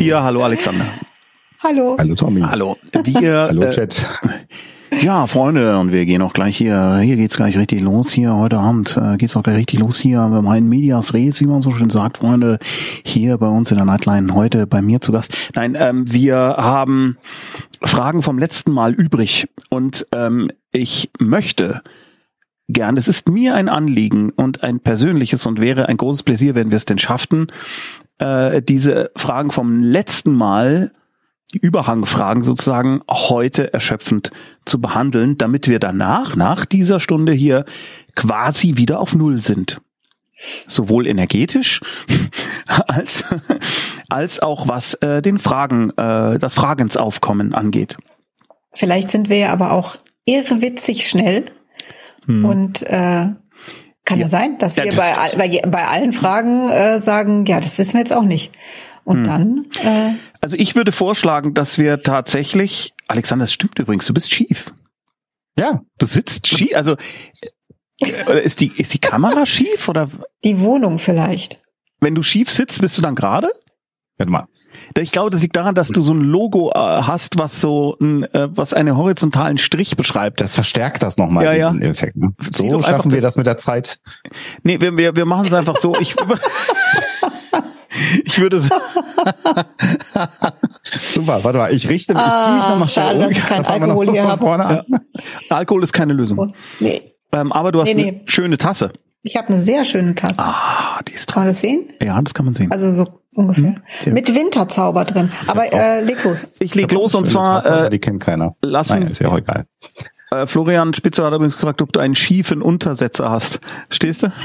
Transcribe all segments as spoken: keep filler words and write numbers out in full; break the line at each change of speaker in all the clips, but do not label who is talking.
Sophia, hallo Alexander.
Hallo.
Hallo Tommy.
Hallo. Wir,
hallo
äh,
Chat.
Ja, Freunde, und wir gehen auch gleich hier, hier geht's gleich richtig los hier, heute Abend äh, geht's auch gleich richtig los hier, wir meinen Medias Res, wie man so schön sagt, Freunde, hier bei uns in der Nightline, heute bei mir zu Gast. Nein, ähm, wir haben Fragen vom letzten Mal übrig und ähm, ich möchte gern, es ist mir ein Anliegen und ein persönliches und wäre ein großes Pläsier, wenn wir es denn schafften, äh, diese Fragen vom letzten Mal, die Überhangfragen sozusagen heute erschöpfend zu behandeln, damit wir danach, nach dieser Stunde hier, quasi wieder auf Null sind. Sowohl energetisch als, als auch was äh, den Fragen, äh, das Fragensaufkommen angeht.
Vielleicht sind wir ja aber auch irrwitzig schnell hm. und äh, kann ja, ja sein, dass ja, wir das bei, bei, bei allen Fragen äh, sagen, ja, das wissen wir jetzt auch nicht. Und hm. dann? Äh,
also ich würde vorschlagen, dass wir tatsächlich, Alexander, das stimmt übrigens, du bist schief.
Ja.
Du sitzt schief, also oder ist die ist die Kamera schief oder?
Die Wohnung vielleicht.
Wenn du schief sitzt, bist du dann gerade?
Warte mal.
Ich glaube, das liegt daran, dass du so ein Logo äh, hast, was so ein, äh, was einen horizontalen Strich beschreibt.
Das verstärkt das nochmal,
ja,
diesen
ja.
Effekt. Ne? So schaffen wir das, das mit der Zeit.
Nee, wir, wir, wir machen es einfach so. Ich Ich würde sagen.
Super, warte mal, ich richte mich,
ah,
ich ziehe nochmal
schade, dass ich keinen Alkohol hier habe.
Ja. Alkohol ist keine Lösung.
Nee.
Ähm, aber du hast nee, nee. eine schöne Tasse.
Ich habe eine sehr schöne Tasse.
Ah, die ist toll.
Kann man das sehen?
Ja, das kann man sehen.
Also so ungefähr. Hm, Mit Winterzauber drin. Aber äh, leg los.
Ich leg ich los und zwar.
Tasse,
äh,
die kennt keiner.
Lassen,
Nein, ist ja auch egal.
Äh, Florian Spitzer hat übrigens gefragt, ob du einen schiefen Untersetzer hast. Stehst du?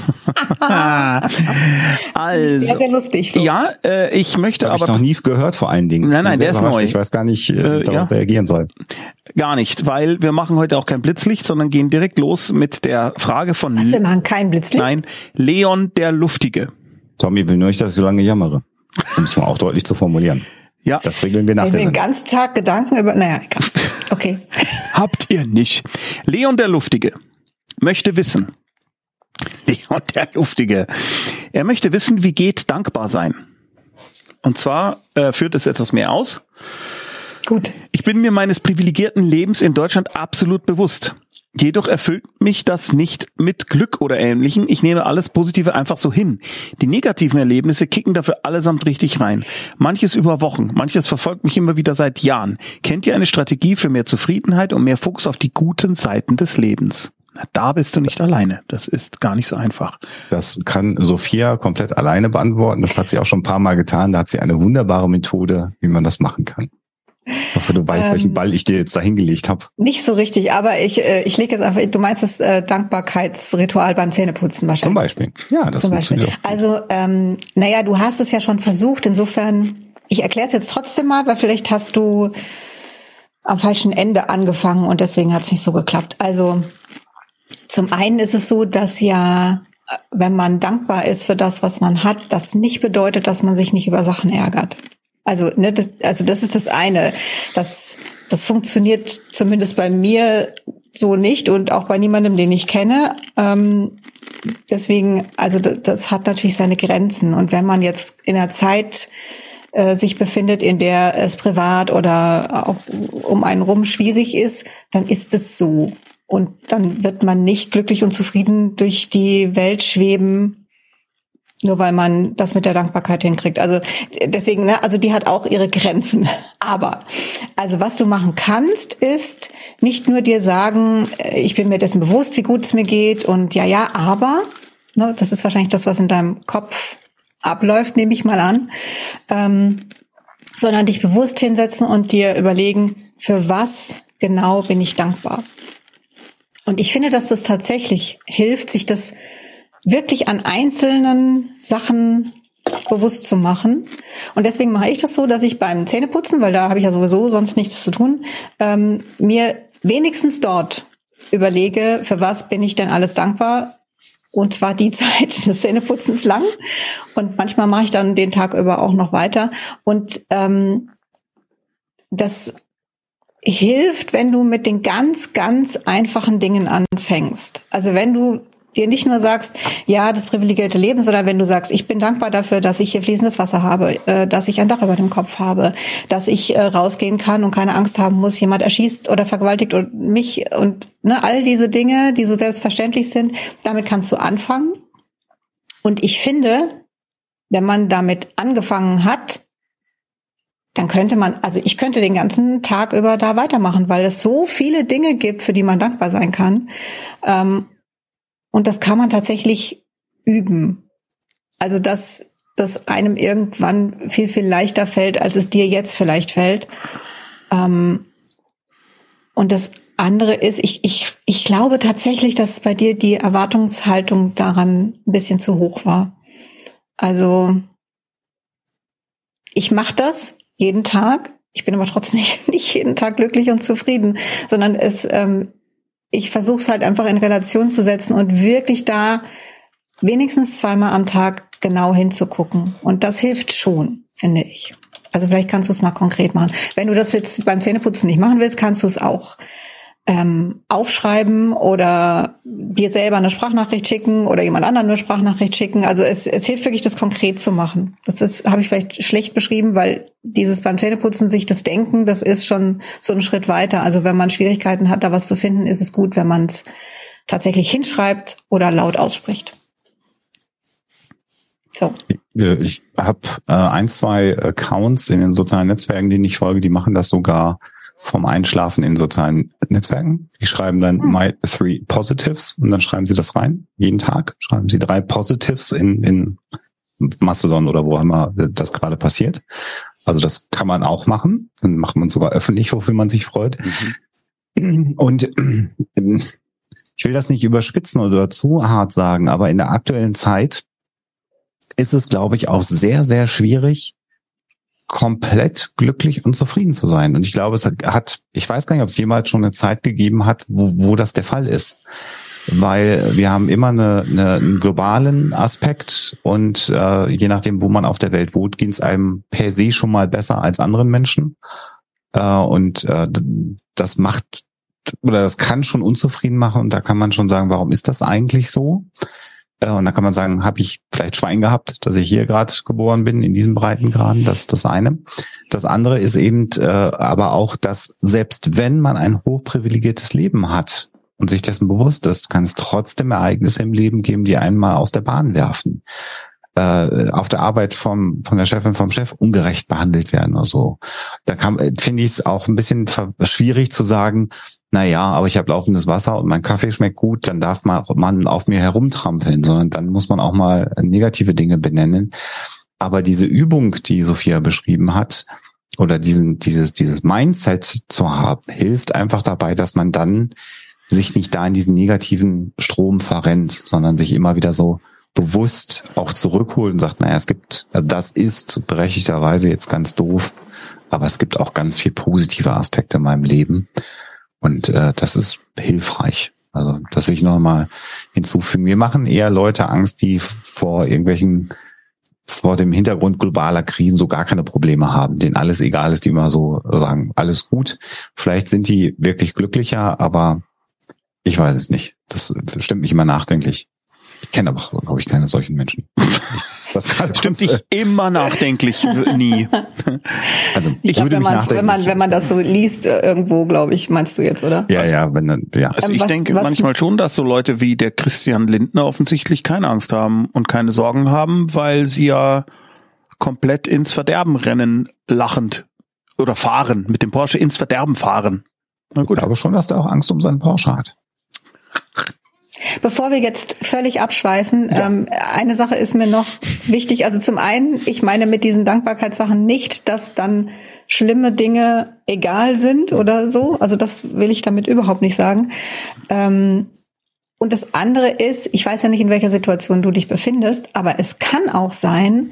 Also,
sehr, sehr lustig. Flo.
Ja, äh, ich möchte
Hab
aber...
Ich noch nie gehört vor allen Dingen.
Nein, nein, der ist neu.
Ich weiß gar nicht, wie
äh,
ich darauf
ja.
reagieren soll.
Gar nicht, weil wir machen heute auch kein Blitzlicht, sondern gehen direkt los mit der Frage von...
Was, wir machen kein Blitzlicht?
Nein, Leon der Lustige.
Tommy will nur nicht, dass ich so lange jammere. Um es mal auch deutlich zu formulieren.
Ja.
Das regeln wir nach
der
der
den ganzen Tag Gedanken über... Naja, egal. Okay.
Habt ihr nicht. Leon der Lustige möchte wissen... Leon der Luftige. Er möchte wissen, wie geht dankbar sein? Und zwar äh, führt es etwas mehr aus.
Gut.
Ich bin mir meines privilegierten Lebens in Deutschland absolut bewusst. Jedoch erfüllt mich das nicht mit Glück oder Ähnlichem. Ich nehme alles Positive einfach so hin. Die negativen Erlebnisse kicken dafür allesamt richtig rein. Manches über Wochen, manches verfolgt mich immer wieder seit Jahren. Kennt ihr eine Strategie für mehr Zufriedenheit und mehr Fokus auf die guten Seiten des Lebens? Da bist du nicht alleine. Das ist gar nicht so einfach.
Das kann Sophia komplett alleine beantworten. Das hat sie auch schon ein paar Mal getan. Da hat sie eine wunderbare Methode, wie man das machen kann. Ich hoffe, du weißt, ähm, welchen Ball ich dir jetzt da hingelegt habe.
Nicht so richtig, aber ich äh, ich lege jetzt einfach, du meinst das äh, Dankbarkeitsritual beim Zähneputzen wahrscheinlich.
Zum Beispiel. Ja, das
Zum Beispiel. Auch. Also, ähm, naja, du hast es ja schon versucht. Insofern, ich erkläre es jetzt trotzdem mal, weil vielleicht hast du am falschen Ende angefangen und deswegen hat es nicht so geklappt. Also, zum einen ist es so, dass ja, wenn man dankbar ist für das, was man hat, das nicht bedeutet, dass man sich nicht über Sachen ärgert. Also, ne, das, also das ist das eine. Das, das funktioniert zumindest bei mir so nicht und auch bei niemandem, den ich kenne. Ähm, deswegen, also das, das hat natürlich seine Grenzen. Und wenn man jetzt in einer Zeit äh, sich befindet, in der es privat oder auch um einen rum schwierig ist, dann ist es so. Und dann wird man nicht glücklich und zufrieden durch die Welt schweben, nur weil man das mit der Dankbarkeit hinkriegt. Also deswegen, ne, also die hat auch ihre Grenzen. Aber, also was du machen kannst, ist nicht nur dir sagen, ich bin mir dessen bewusst, wie gut es mir geht und ja, ja, aber, ne, das ist wahrscheinlich das, was in deinem Kopf abläuft, nehme ich mal an, ähm, sondern dich bewusst hinsetzen und dir überlegen, für was genau bin ich dankbar. Und ich finde, dass das tatsächlich hilft, sich das wirklich an einzelnen Sachen bewusst zu machen. Und deswegen mache ich das so, dass ich beim Zähneputzen, weil da habe ich ja sowieso sonst nichts zu tun, ähm, mir wenigstens dort überlege, für was bin ich denn alles dankbar? Und zwar die Zeit des Zähneputzens lang. Und manchmal mache ich dann den Tag über auch noch weiter. Und ähm, das hilft, wenn du mit den ganz, ganz einfachen Dingen anfängst. Also wenn du dir nicht nur sagst, ja, das privilegierte Leben, sondern wenn du sagst, ich bin dankbar dafür, dass ich hier fließendes Wasser habe, äh, dass ich ein Dach über dem Kopf habe, dass ich äh, rausgehen kann und keine Angst haben muss, jemand erschießt oder vergewaltigt und mich und ne, all diese Dinge, die so selbstverständlich sind, damit kannst du anfangen. Und ich finde, wenn man damit angefangen hat, dann könnte man, also ich könnte den ganzen Tag über da weitermachen, weil es so viele Dinge gibt, für die man dankbar sein kann. Ähm, und das kann man tatsächlich üben. Also dass das einem irgendwann viel, viel leichter fällt, als es dir jetzt vielleicht fällt. Ähm, und das andere ist, ich, ich, ich glaube tatsächlich, dass bei dir die Erwartungshaltung daran ein bisschen zu hoch war. Also ich mache das jeden Tag. Ich bin aber trotzdem nicht, nicht jeden Tag glücklich und zufrieden, sondern es, ähm, ich versuche es halt einfach in Relation zu setzen und wirklich da wenigstens zweimal am Tag genau hinzugucken. Und das hilft schon, finde ich. Also vielleicht kannst du es mal konkret machen. Wenn du das jetzt beim Zähneputzen nicht machen willst, kannst du es auch ähm, aufschreiben oder dir selber eine Sprachnachricht schicken oder jemand anderen eine Sprachnachricht schicken. Also es, es hilft wirklich, das konkret zu machen. Das ist, habe ich vielleicht schlecht beschrieben, weil dieses beim Zähneputzen sich das Denken, das ist schon so ein Schritt weiter. Also wenn man Schwierigkeiten hat, da was zu finden, ist es gut, wenn man es tatsächlich hinschreibt oder laut ausspricht. So.
Ich habe äh, ein, zwei Accounts in den sozialen Netzwerken, denen ich folge, die machen das sogar vom Einschlafen in sozialen Netzwerken. Die schreiben dann hm. my three positives und dann schreiben sie das rein. Jeden Tag schreiben sie drei Positives in, in Mastodon oder wo immer das gerade passiert. Also das kann man auch machen. Dann macht man sogar öffentlich, wofür man sich freut. Mhm. Und ich will das nicht überspitzen oder zu hart sagen, aber in der aktuellen Zeit ist es, glaube ich, auch sehr, sehr schwierig, komplett glücklich und zufrieden zu sein. Und ich glaube, es hat, ich weiß gar nicht, ob es jemals schon eine Zeit gegeben hat, wo, wo das der Fall ist. Weil wir haben immer eine, eine, einen globalen Aspekt und äh, je nachdem, wo man auf der Welt wohnt, ging es einem per se schon mal besser als anderen Menschen. Äh, und äh, das macht oder das kann schon unzufrieden machen und da kann man schon sagen, warum ist das eigentlich so? Und da kann man sagen, habe ich vielleicht Schwein gehabt, dass ich hier gerade geboren bin, in diesem Breitengraden, das ist das eine. Das andere ist eben äh, aber auch, dass selbst wenn man ein hochprivilegiertes Leben hat und sich dessen bewusst ist, kann es trotzdem Ereignisse im Leben geben, die einen mal aus der Bahn werfen. Äh, auf der Arbeit vom von der Chefin, vom Chef ungerecht behandelt werden oder so. Da kann, finde ich es auch ein bisschen schwierig zu sagen, naja, aber ich habe laufendes Wasser und mein Kaffee schmeckt gut, dann darf man, man auf mir herumtrampeln, sondern dann muss man auch mal negative Dinge benennen. Aber diese Übung, die Sophia beschrieben hat, oder diesen dieses dieses Mindset zu haben, hilft einfach dabei, dass man dann sich nicht da in diesen negativen Strom verrennt, sondern sich immer wieder so bewusst auch zurückholt und sagt, naja, es gibt, also das ist berechtigterweise jetzt ganz doof, aber es gibt auch ganz viel positive Aspekte in meinem Leben. Und äh, das ist hilfreich. Also das will ich noch mal hinzufügen. Mir machen eher Leute Angst, die vor irgendwelchen, vor dem Hintergrund globaler Krisen so gar keine Probleme haben, denen alles egal ist, die immer so sagen, alles gut. Vielleicht sind die wirklich glücklicher, aber ich weiß es nicht. Das stimmt mich immer nachdenklich. Ich kenne aber, glaube ich, keine solchen Menschen.
Das stimmt dich immer nachdenklich, nie.
Also
ich,
ich
glaub,
würde
wenn
mich
man,
nachdenklich.
Wenn man, wenn man das so liest irgendwo, glaube ich, meinst du jetzt, oder?
Ja, ja, wenn dann, ja.
Also ich
was,
denke
was,
manchmal schon, dass so Leute wie der Christian Lindner offensichtlich keine Angst haben und keine Sorgen haben, weil sie ja komplett ins Verderben rennen, lachend oder fahren, mit dem Porsche ins Verderben fahren.
Na gut. Ich glaube schon, dass der auch Angst um seinen Porsche hat.
Bevor wir jetzt völlig abschweifen, ja. ähm, eine Sache ist mir noch wichtig. Also zum einen, ich meine mit diesen Dankbarkeitssachen nicht, dass dann schlimme Dinge egal sind oder so. Also das will ich damit überhaupt nicht sagen. Ähm, und das andere ist, ich weiß ja nicht, in welcher Situation du dich befindest, aber es kann auch sein,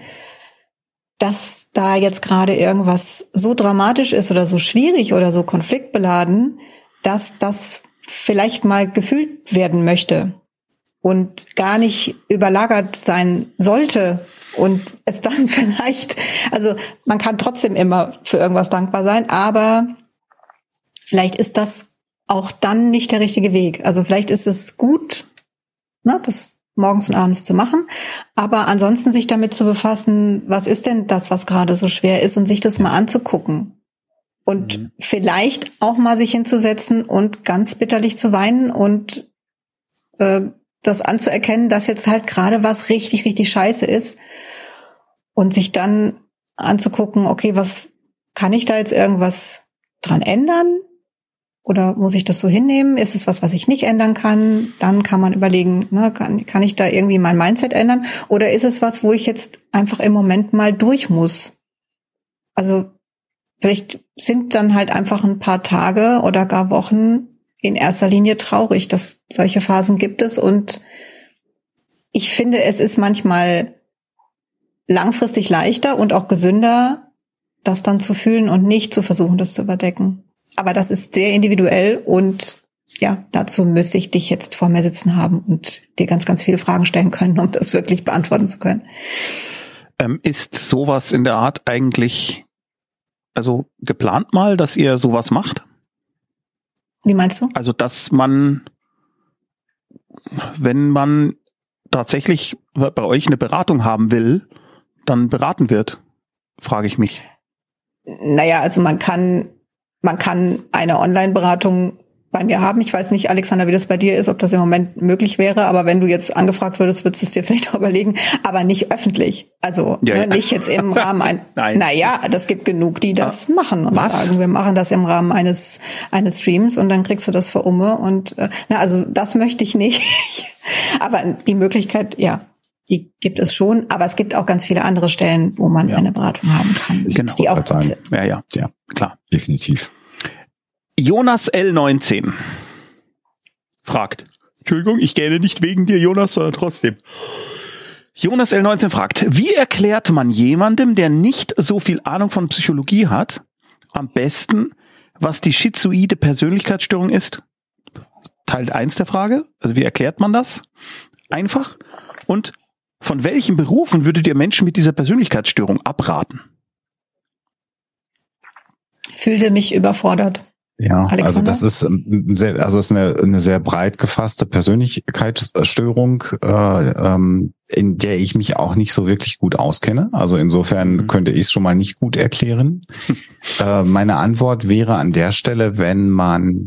dass da jetzt gerade irgendwas so dramatisch ist oder so schwierig oder so konfliktbeladen, dass das vielleicht mal gefühlt werden möchte und gar nicht überlagert sein sollte und es dann vielleicht, also man kann trotzdem immer für irgendwas dankbar sein, aber vielleicht ist das auch dann nicht der richtige Weg. Also vielleicht ist es gut, ne, das morgens und abends zu machen. Aber ansonsten sich damit zu befassen, was ist denn das, was gerade so schwer ist, und sich das mal anzugucken. Und mhm. vielleicht auch mal sich hinzusetzen und ganz bitterlich zu weinen und äh, das anzuerkennen, dass jetzt halt gerade was richtig, richtig scheiße ist. Und sich dann anzugucken, okay, was kann ich da jetzt irgendwas dran ändern? Oder muss ich das so hinnehmen? Ist es was, was ich nicht ändern kann? Dann kann man überlegen, ne, kann, kann ich da irgendwie mein Mindset ändern? Oder ist es was, wo ich jetzt einfach im Moment mal durch muss? Also vielleicht sind dann halt einfach ein paar Tage oder gar Wochen in erster Linie traurig, dass solche Phasen gibt es. Und ich finde, es ist manchmal langfristig leichter und auch gesünder, das dann zu fühlen und nicht zu versuchen, das zu überdecken. Aber das ist sehr individuell und ja, dazu müsste ich dich jetzt vor mir sitzen haben und dir ganz, ganz viele Fragen stellen können, um das wirklich beantworten zu können.
Ähm, ist sowas in der Art eigentlich, also geplant mal, dass ihr sowas macht?
Wie meinst du?
Also, dass man, wenn man tatsächlich bei euch eine Beratung haben will, dann beraten wird, frage ich mich.
Naja, also man kann Man kann eine Online-Beratung bei mir haben. Ich weiß nicht, Alexander, wie das bei dir ist, ob das im Moment möglich wäre. Aber wenn du jetzt angefragt würdest, würdest du es dir vielleicht auch überlegen. Aber nicht öffentlich. Also ja, ne, ja. nicht jetzt im Rahmen ein. Nein. Naja, das gibt genug, die das ah. machen und Was? sagen, wir machen das im Rahmen eines eines Streams und dann kriegst du das für Umme. Und äh, na, also das möchte ich nicht. Aber die Möglichkeit, ja. Die gibt es schon, aber es gibt auch ganz viele andere Stellen, wo man ja. eine Beratung haben kann.
Genau.
Die auch
sein.
Ja, ja, ja, klar.
Definitiv.
Jonas L neunzehn fragt, Entschuldigung, ich gähne nicht wegen dir, Jonas, sondern trotzdem. Jonas L neunzehn fragt, wie erklärt man jemandem, der nicht so viel Ahnung von Psychologie hat, am besten, was die schizoide Persönlichkeitsstörung ist? Teil eins der Frage, also wie erklärt man das? Einfach. Und von welchen Berufen würdet ihr Menschen mit dieser Persönlichkeitsstörung abraten?
Fühle mich überfordert.
Ja,
Alexander?
also das ist sehr, also das ist eine, eine sehr breit gefasste Persönlichkeitsstörung, äh, ähm, in der ich mich auch nicht so wirklich gut auskenne. Also insofern mhm. könnte ich es schon mal nicht gut erklären. äh, meine Antwort wäre an der Stelle, wenn man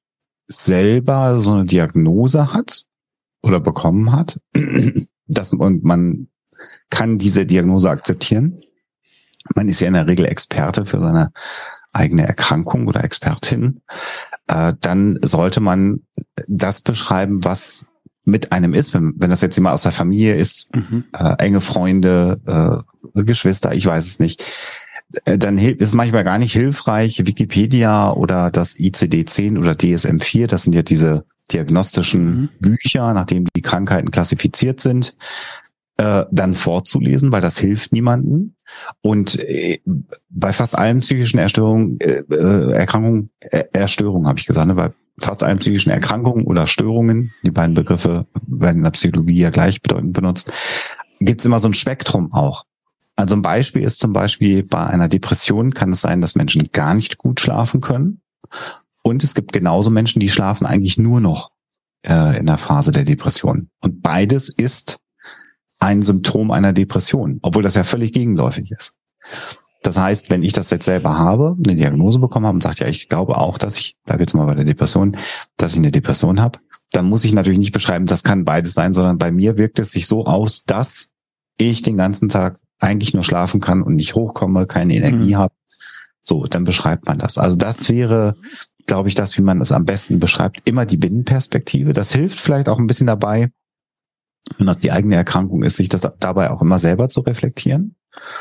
selber so eine Diagnose hat oder bekommen hat, das, und man kann diese Diagnose akzeptieren. Man ist ja in der Regel Experte für seine eigene Erkrankung oder Expertin. Äh, dann sollte man das beschreiben, was mit einem ist. Wenn, wenn das jetzt jemand aus der Familie ist, mhm. äh, enge Freunde, äh, Geschwister, ich weiß es nicht, äh, dann ist es manchmal gar nicht hilfreich, Wikipedia oder das I C D zehn oder D S M vier, das sind ja diese diagnostischen mhm. Bücher, nachdem die Krankheiten klassifiziert sind, äh, dann vorzulesen, weil das hilft niemandem. Und äh, bei fast allen psychischen Erstörungen, äh, Erkrankungen, äh, Erstörungen habe ich gesagt, ne? Bei fast allen psychischen Erkrankungen oder Störungen, die beiden Begriffe werden in der Psychologie ja gleichbedeutend benutzt, gibt es immer so ein Spektrum auch. Also ein Beispiel ist zum Beispiel bei einer Depression kann es sein, dass Menschen gar nicht gut schlafen können. Und es gibt genauso Menschen, die schlafen eigentlich nur noch äh, in der Phase der Depression. Und beides ist ein Symptom einer Depression, obwohl das ja völlig gegenläufig ist. Das heißt, wenn ich das jetzt selber habe, eine Diagnose bekommen habe und sage, ja, ich glaube auch, dass ich, bleib jetzt mal bei der Depression, dass ich eine Depression habe, dann muss ich natürlich nicht beschreiben, das kann beides sein, sondern bei mir wirkt es sich so aus, dass ich den ganzen Tag eigentlich nur schlafen kann und nicht hochkomme, keine Energie mhm. habe. So, dann beschreibt man das. Also das wäre, glaube ich, das, wie man es am besten beschreibt, immer die Binnenperspektive. Das hilft vielleicht auch ein bisschen dabei, wenn das die eigene Erkrankung ist, sich das dabei auch immer selber zu reflektieren.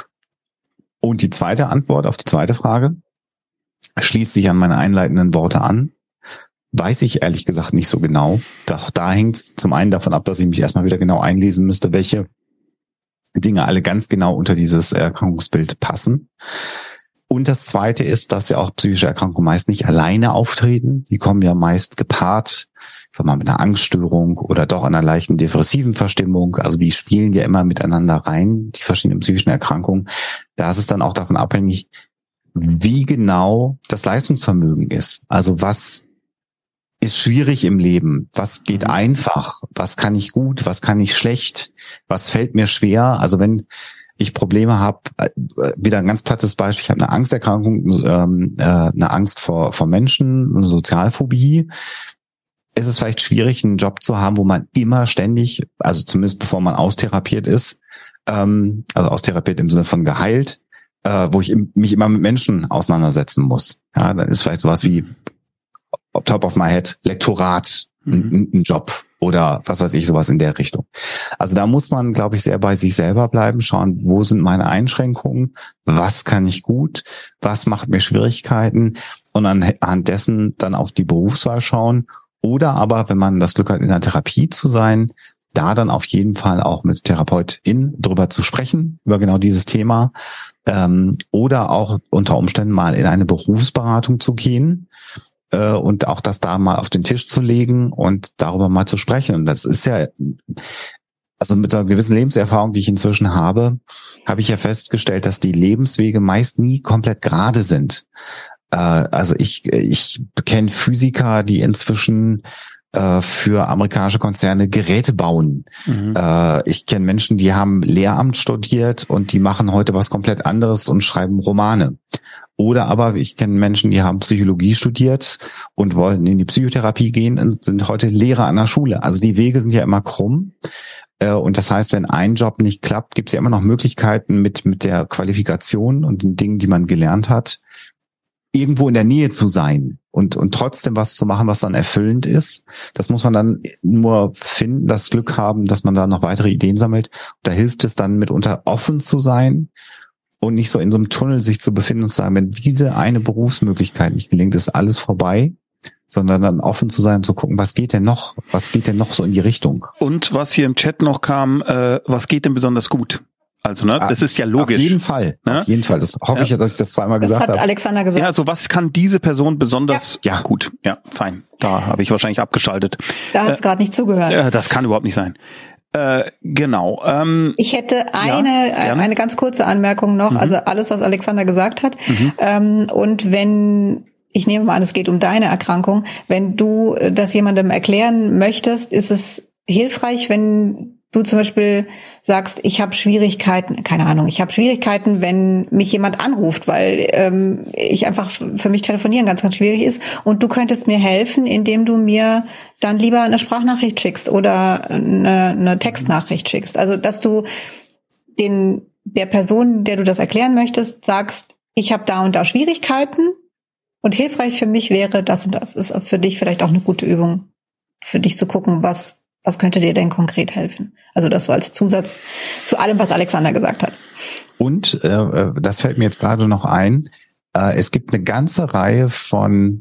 Und die zweite Antwort auf die zweite Frage schließt sich an meine einleitenden Worte an. Weiß ich ehrlich gesagt nicht so genau. Doch da hängt es zum einen davon ab, dass ich mich erstmal wieder genau einlesen müsste, welche Dinge alle ganz genau unter dieses Erkrankungsbild passen. Und das Zweite ist, dass ja auch psychische Erkrankungen meist nicht alleine auftreten. Die kommen ja meist gepaart, sag mal, mit einer Angststörung oder doch einer leichten depressiven Verstimmung. Also die spielen ja immer miteinander rein, die verschiedenen psychischen Erkrankungen. Da ist es dann auch davon abhängig, wie genau das Leistungsvermögen ist. Also was ist schwierig im Leben? Was geht einfach? Was kann ich gut? Was kann ich schlecht? Was fällt mir schwer? Also wenn ich Probleme habe, wieder ein ganz plattes Beispiel, ich habe eine Angsterkrankung, ähm, äh, eine Angst vor, vor Menschen, eine Sozialphobie. Es ist vielleicht schwierig, einen Job zu haben, wo man immer ständig, also zumindest bevor man austherapiert ist, ähm, also austherapiert im Sinne von geheilt, äh, wo ich im, mich immer mit Menschen auseinandersetzen muss. Ja, dann ist vielleicht sowas wie top of my head, Lektorat, mhm. ein, ein Job oder was weiß ich, sowas in der Richtung. Also da muss man, glaube ich, sehr bei sich selber bleiben, schauen, wo sind meine Einschränkungen, was kann ich gut, was macht mir Schwierigkeiten und anhand dessen dann auf die Berufswahl schauen. Oder aber, wenn man das Glück hat, in der Therapie zu sein, da dann auf jeden Fall auch mit TherapeutInnen drüber zu sprechen, über genau dieses Thema. Ähm, oder auch unter Umständen mal in eine Berufsberatung zu gehen äh, und auch das da mal auf den Tisch zu legen und darüber mal zu sprechen. Und das ist ja, also mit einer gewissen Lebenserfahrung, die ich inzwischen habe, habe ich ja festgestellt, dass die Lebenswege meist nie komplett gerade sind. Also ich ich kenne Physiker, die inzwischen äh, für amerikanische Konzerne Geräte bauen. Mhm. Äh, ich kenne Menschen, die haben Lehramt studiert und die machen heute was komplett anderes und schreiben Romane. Oder aber ich kenne Menschen, die haben Psychologie studiert und wollen in die Psychotherapie gehen und sind heute Lehrer an der Schule. Also die Wege sind ja immer krumm. Und das heißt, wenn ein Job nicht klappt, gibt es ja immer noch Möglichkeiten mit mit der Qualifikation und den Dingen, die man gelernt hat, irgendwo in der Nähe zu sein und und trotzdem was zu machen, was dann erfüllend ist. Das muss man dann nur finden, das Glück haben, dass man da noch weitere Ideen sammelt. Da hilft es dann mitunter offen zu sein und nicht so in so einem Tunnel sich zu befinden und zu sagen, wenn diese eine Berufsmöglichkeit nicht gelingt, ist alles vorbei, sondern dann offen zu sein und zu gucken, was geht denn noch? Was geht denn noch so in die Richtung?
Und was hier im Chat noch kam, äh, was geht denn besonders gut? Also, ne, das ist ja logisch.
Auf jeden Fall, ne? Auf jeden Fall. Das hoffe ich ja, dass ich das zweimal
das
gesagt habe.
Das hat Alexander gesagt.
Ja, also was kann diese Person besonders
ja.
gut? Ja, fein. Da habe ich wahrscheinlich abgeschaltet.
Da hast du äh, gerade nicht zugehört.
Äh, das kann überhaupt nicht sein. Äh, genau. Ähm,
ich hätte eine
ja,
eine ganz kurze Anmerkung noch. Mhm. Also alles, was Alexander gesagt hat. Mhm. Ähm, und wenn ich nehme mal an, es geht um deine Erkrankung. Wenn du das jemandem erklären möchtest, ist es hilfreich, wenn du zum Beispiel sagst, ich habe Schwierigkeiten, keine Ahnung, ich habe Schwierigkeiten, wenn mich jemand anruft, weil ähm, ich einfach für mich telefonieren ganz, ganz schwierig ist und du könntest mir helfen, indem du mir dann lieber eine Sprachnachricht schickst oder eine, eine Textnachricht schickst. Also, dass du den der Person, der du das erklären möchtest, sagst, ich habe da und da Schwierigkeiten und hilfreich für mich wäre das und das. Ist für dich vielleicht auch eine gute Übung, für dich zu gucken, was Was könnte dir denn konkret helfen? Also das so als Zusatz zu allem, was Alexander gesagt hat.
Und äh, das fällt mir jetzt gerade noch ein, äh, es gibt eine ganze Reihe von,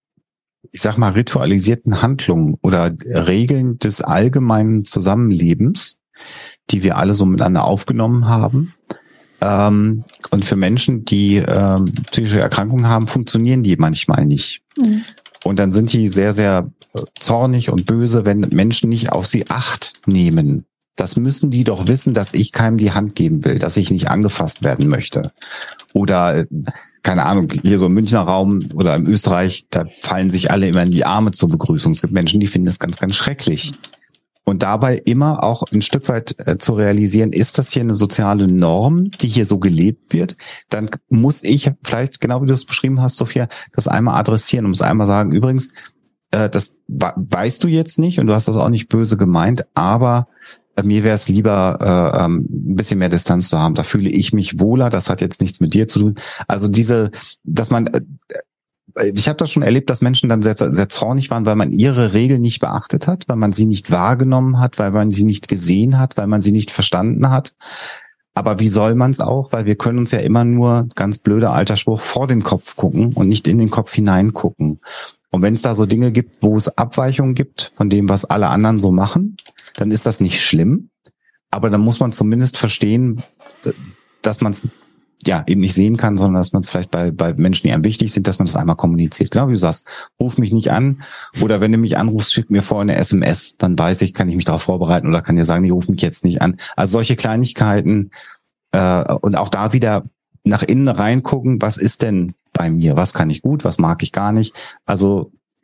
ich sag mal, ritualisierten Handlungen oder Regeln des allgemeinen Zusammenlebens, die wir alle so miteinander aufgenommen haben. Ähm, und für Menschen, die äh, psychische Erkrankungen haben, funktionieren die manchmal nicht. Mhm. Und dann sind die sehr, sehr zornig und böse, wenn Menschen nicht auf sie Acht nehmen. Das müssen die doch wissen, dass ich keinem die Hand geben will, dass ich nicht angefasst werden möchte. Oder, keine Ahnung, hier so im Münchner Raum oder im Österreich, da fallen sich alle immer in die Arme zur Begrüßung. Es gibt Menschen, die finden das ganz, ganz schrecklich. Und dabei immer auch ein Stück weit äh, zu realisieren, ist das hier eine soziale Norm, die hier so gelebt wird, dann muss ich vielleicht, genau wie du es beschrieben hast, Sophia, das einmal adressieren und muss einmal sagen, übrigens, äh, das weißt du jetzt nicht und du hast das auch nicht böse gemeint, aber äh, mir wäre es lieber, äh, ähm, ein bisschen mehr Distanz zu haben. Da fühle ich mich wohler, das hat jetzt nichts mit dir zu tun. Also diese, dass man... Äh, Ich habe das schon erlebt, dass Menschen dann sehr, sehr zornig waren, weil man ihre Regeln nicht beachtet hat, weil man sie nicht wahrgenommen hat, weil man sie nicht gesehen hat, weil man sie nicht verstanden hat. Aber wie soll man es auch? Weil wir können uns ja immer nur, ganz blöder alter Spruch, vor den Kopf gucken und nicht in den Kopf hineingucken. Und wenn es da so Dinge gibt, wo es Abweichungen gibt von dem, was alle anderen so machen, dann ist das nicht schlimm. Aber dann muss man zumindest verstehen, dass man es ja, eben nicht sehen kann, sondern dass man es vielleicht bei, bei Menschen, die einem wichtig sind, dass man das einmal kommuniziert. Genau wie du sagst, ruf mich nicht an oder wenn du mich anrufst, schick mir vorher eine S M S, dann weiß ich, kann ich mich darauf vorbereiten oder kann dir sagen, nee, ruf mich jetzt nicht an. Also solche Kleinigkeiten äh, und auch da wieder nach innen reingucken, was ist denn bei mir, was kann ich gut, was mag ich gar nicht. Also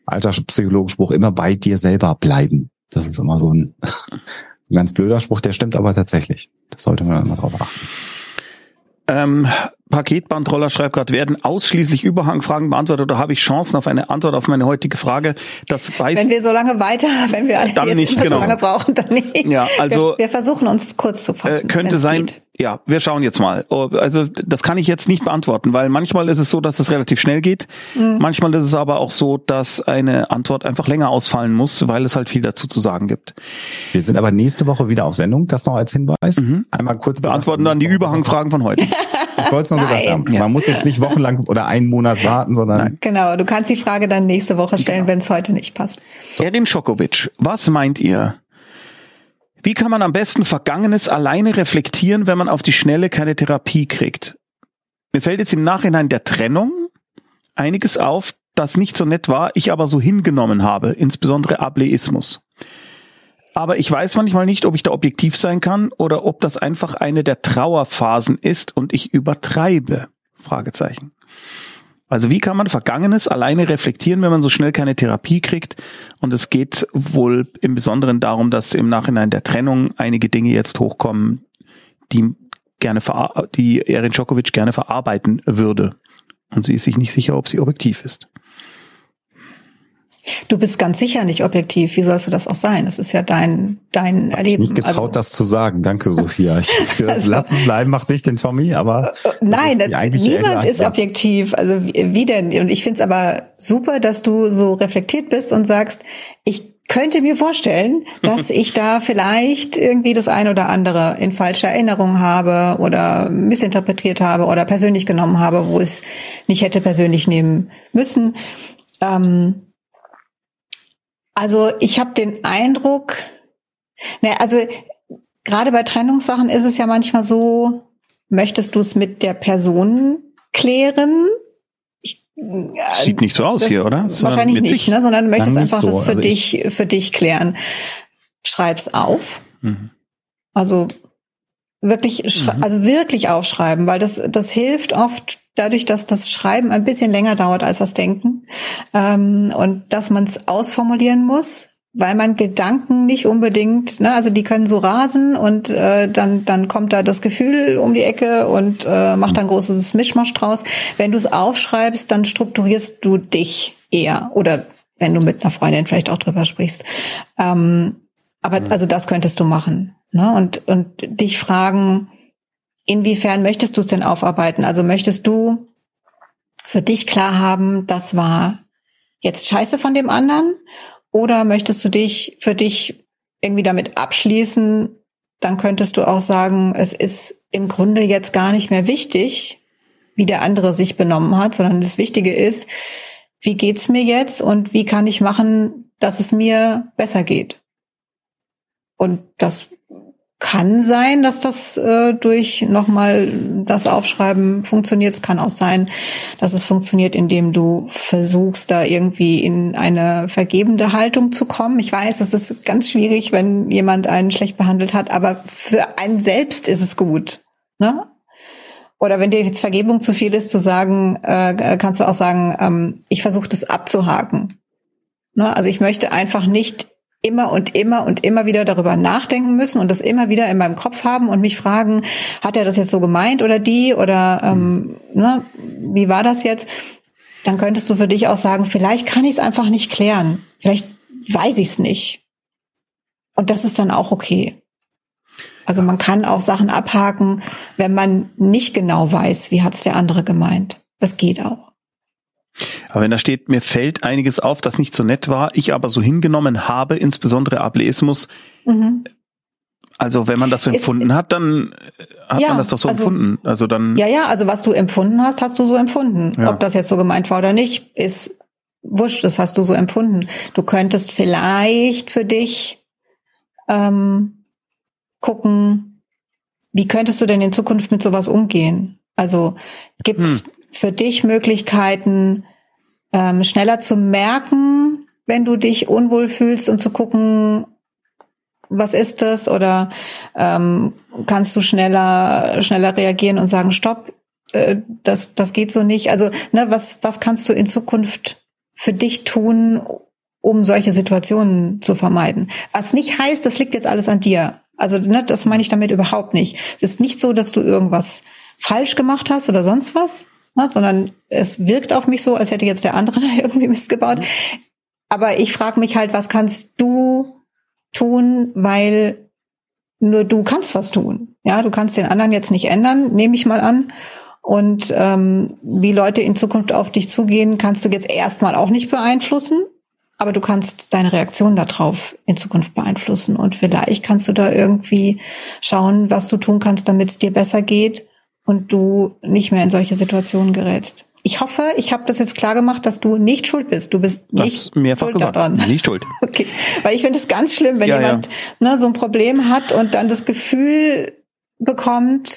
alter Psychologenspruch, immer bei dir selber bleiben. Das ist immer so ein, ein ganz blöder Spruch, der stimmt aber tatsächlich. Das sollte man immer drauf achten.
Ähm, Paketbandroller schreibt gerade, werden ausschließlich Überhangfragen beantwortet oder habe ich Chancen auf eine Antwort auf meine heutige Frage? Das weiß
wenn wir so lange weiter, wenn wir
dann
jetzt
nicht,
immer
genau.
so lange brauchen, dann nicht.
Ja, also
wir, wir versuchen uns kurz zu fassen.
Äh, könnte sein,
geht.
ja, wir schauen jetzt mal. Also das kann ich jetzt nicht beantworten, weil manchmal ist es so, dass das relativ schnell geht. Mhm. Manchmal ist es aber auch so, dass eine Antwort einfach länger ausfallen muss, weil es halt viel dazu zu sagen gibt.
Wir sind aber nächste Woche wieder auf Sendung, das noch als Hinweis.
Mhm.
Einmal kurz
beantworten dann die Überhangfragen von heute.
Ich wollte es nur gesagt haben. Man ja. muss jetzt nicht wochenlang oder einen Monat warten, sondern... Nein.
Genau, du kannst die Frage dann nächste Woche stellen, genau. wenn es heute nicht passt.
So. Erin Schokowitsch, was meint ihr? Wie kann man am besten Vergangenes alleine reflektieren, wenn man auf die Schnelle keine Therapie kriegt? Mir fällt jetzt im Nachhinein der Trennung einiges auf, das nicht so nett war, ich aber so hingenommen habe, insbesondere Ableismus. Aber ich weiß manchmal nicht, ob ich da objektiv sein kann oder ob das einfach eine der Trauerphasen ist und ich übertreibe. Fragezeichen. Also wie kann man Vergangenes alleine reflektieren, wenn man so schnell keine Therapie kriegt? Und es geht wohl im Besonderen darum, dass im Nachhinein der Trennung einige Dinge jetzt hochkommen, die gerne verar- die Erin Schokowitsch gerne verarbeiten würde. Und sie ist sich nicht sicher, ob sie objektiv ist.
Du bist ganz sicher nicht objektiv. Wie sollst du das auch sein? Das ist ja dein dein
Hab
Erleben.
Ich nicht getraut, also, das zu sagen. Danke, Sophia. Ich also, lass es bleiben, mach nicht den Tommy, aber
nein, das niemand ist objektiv. Also wie, wie denn? Und ich finde es aber super, dass du so reflektiert bist und sagst, ich könnte mir vorstellen, dass ich da vielleicht irgendwie das ein oder andere in falscher Erinnerung habe oder missinterpretiert habe oder persönlich genommen habe, wo es nicht hätte persönlich nehmen müssen. Ähm, Also ich habe den Eindruck, ne, also gerade bei Trennungssachen ist es ja manchmal so, möchtest du es mit der Person klären? Ich, äh,
Sieht nicht so aus hier, oder?
Wahrscheinlich nicht, ne, sondern möchtest einfach
so.
das für
also
dich für dich klären. Schreib's auf. Mhm. Also wirklich, mhm. also wirklich aufschreiben, weil das das hilft oft. Dadurch, dass das Schreiben ein bisschen länger dauert als das Denken ähm, und dass man es ausformulieren muss, weil man Gedanken nicht unbedingt, ne, also die können so rasen und äh, dann dann kommt da das Gefühl um die Ecke und äh, macht dann großes Mischmasch draus. Wenn du es aufschreibst, dann strukturierst du dich eher oder wenn du mit einer Freundin vielleicht auch drüber sprichst. Ähm, aber mhm. also das könntest du machen, ne, und und dich fragen, inwiefern möchtest du es denn aufarbeiten? Also möchtest du für dich klar haben, das war jetzt scheiße von dem anderen? Oder möchtest du dich für dich irgendwie damit abschließen? Dann könntest du auch sagen, es ist im Grunde jetzt gar nicht mehr wichtig, wie der andere sich benommen hat, sondern das Wichtige ist, wie geht's mir jetzt und wie kann ich machen, dass es mir besser geht? Und das kann sein, dass das äh, durch nochmal das Aufschreiben funktioniert. Es kann auch sein, dass es funktioniert, indem du versuchst, da irgendwie in eine vergebende Haltung zu kommen. Ich weiß, das ist ganz schwierig, wenn jemand einen schlecht behandelt hat, aber für einen selbst ist es gut, ne? Oder wenn dir jetzt Vergebung zu viel ist, zu sagen, äh, kannst du auch sagen, ähm, ich versuche das abzuhaken. Ne? Also ich möchte einfach nicht immer und immer und immer wieder darüber nachdenken müssen und das immer wieder in meinem Kopf haben und mich fragen, hat er das jetzt so gemeint oder die oder ähm, ne, wie war das jetzt? Dann könntest du für dich auch sagen, vielleicht kann ich es einfach nicht klären, vielleicht weiß ich es nicht. Und das ist dann auch okay. Also man kann auch Sachen abhaken, wenn man nicht genau weiß, wie hat es der andere gemeint. Das geht auch.
Aber wenn da steht, mir fällt einiges auf, das nicht so nett war, ich aber so hingenommen habe, insbesondere Ableismus. Mhm. Also wenn man das so ist, empfunden hat, dann hat ja, man das doch so also, empfunden. Also dann.
Ja, ja, also was du empfunden hast, hast du so empfunden. Ja. Ob das jetzt so gemeint war oder nicht, ist wurscht, das hast du so empfunden. Du könntest vielleicht für dich ähm, gucken, wie könntest du denn in Zukunft mit sowas umgehen? Also gibt's hm. für dich Möglichkeiten, ähm, schneller zu merken, wenn du dich unwohl fühlst und zu gucken, was ist das? Oder ähm, kannst du schneller schneller reagieren und sagen, stopp, äh, das das geht so nicht. Also ne, was was kannst du in Zukunft für dich tun, um solche Situationen zu vermeiden? Was nicht heißt, das liegt jetzt alles an dir. Also ne, das meine ich damit überhaupt nicht. Es ist nicht so, dass du irgendwas falsch gemacht hast oder sonst was, ne, sondern es wirkt auf mich so, als hätte jetzt der andere irgendwie Mist gebaut. Aber ich frage mich halt, was kannst du tun, weil nur du kannst was tun. Ja, du kannst den anderen jetzt nicht ändern, nehme ich mal an. Und ähm, wie Leute in Zukunft auf dich zugehen, kannst du jetzt erstmal auch nicht beeinflussen. Aber du kannst deine Reaktion darauf in Zukunft beeinflussen. Und vielleicht kannst du da irgendwie schauen, was du tun kannst, damit es dir besser geht und du nicht mehr in solche Situationen gerätst. Ich hoffe, ich habe das jetzt klar gemacht, dass du nicht schuld bist. Du bist nicht schuld daran.
Nicht schuld.
Okay, weil ich finde es ganz schlimm, wenn ja, jemand ja. ne, so ein Problem hat und dann das Gefühl bekommt,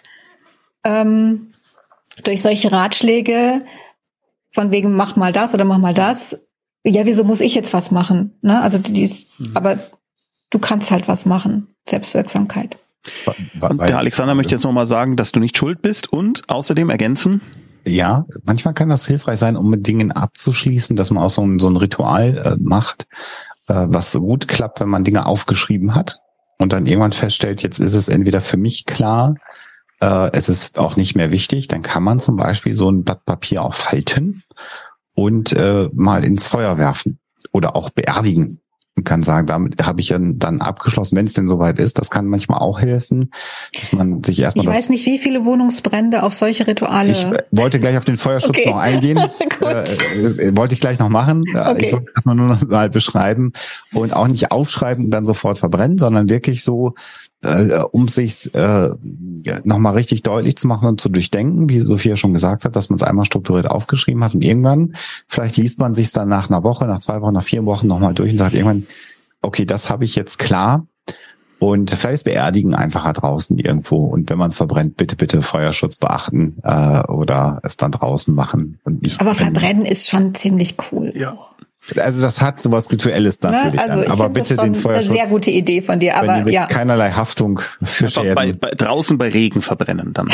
ähm, durch solche Ratschläge, von wegen mach mal das oder mach mal das, ja, wieso muss ich jetzt was machen? Ne? Also die ist, mhm. aber du kannst halt was machen. Selbstwirksamkeit.
Und der Alexander möchte jetzt nochmal sagen, dass du nicht schuld bist und außerdem ergänzen.
Ja, manchmal kann das hilfreich sein, um mit Dingen abzuschließen, dass man auch so ein, so ein Ritual äh, macht, äh, was gut klappt, wenn man Dinge aufgeschrieben hat und dann irgendwann feststellt, jetzt ist es entweder für mich klar, äh, es ist auch nicht mehr wichtig, dann kann man zum Beispiel so ein Blatt Papier auch falten und äh, mal ins Feuer werfen oder auch beerdigen und kann sagen, damit habe ich ja dann abgeschlossen, wenn es denn soweit ist. Das kann manchmal auch helfen, dass man sich erstmal...
Ich weiß nicht, wie viele Wohnungsbrände auf solche Rituale...
Ich wollte gleich auf den Feuerschutz okay. noch eingehen. äh, äh, wollte ich gleich noch machen. Okay. Ich wollte erstmal nur noch mal beschreiben und auch nicht aufschreiben und dann sofort verbrennen, sondern wirklich so, äh, um sich äh, nochmal richtig deutlich zu machen und zu durchdenken, wie Sophia schon gesagt hat, dass man es einmal strukturiert aufgeschrieben hat und irgendwann, vielleicht liest man sich dann nach einer Woche, nach zwei Wochen, nach vier Wochen nochmal durch und sagt irgendwann, okay, das habe ich jetzt klar und vielleicht ist Beerdigen einfacher draußen irgendwo und wenn man es verbrennt, bitte, bitte Feuerschutz beachten äh, oder es dann draußen machen. Und nicht
Aber brennen. Verbrennen ist schon ziemlich cool.
Ja. Also das hat sowas Rituelles natürlich,
also
dann. Aber bitte den Feuerschutz.
Eine sehr gute Idee von dir, aber
wenn
ja.
Keinerlei Haftung für Schäden.
Bei, bei, draußen bei Regen verbrennen dann.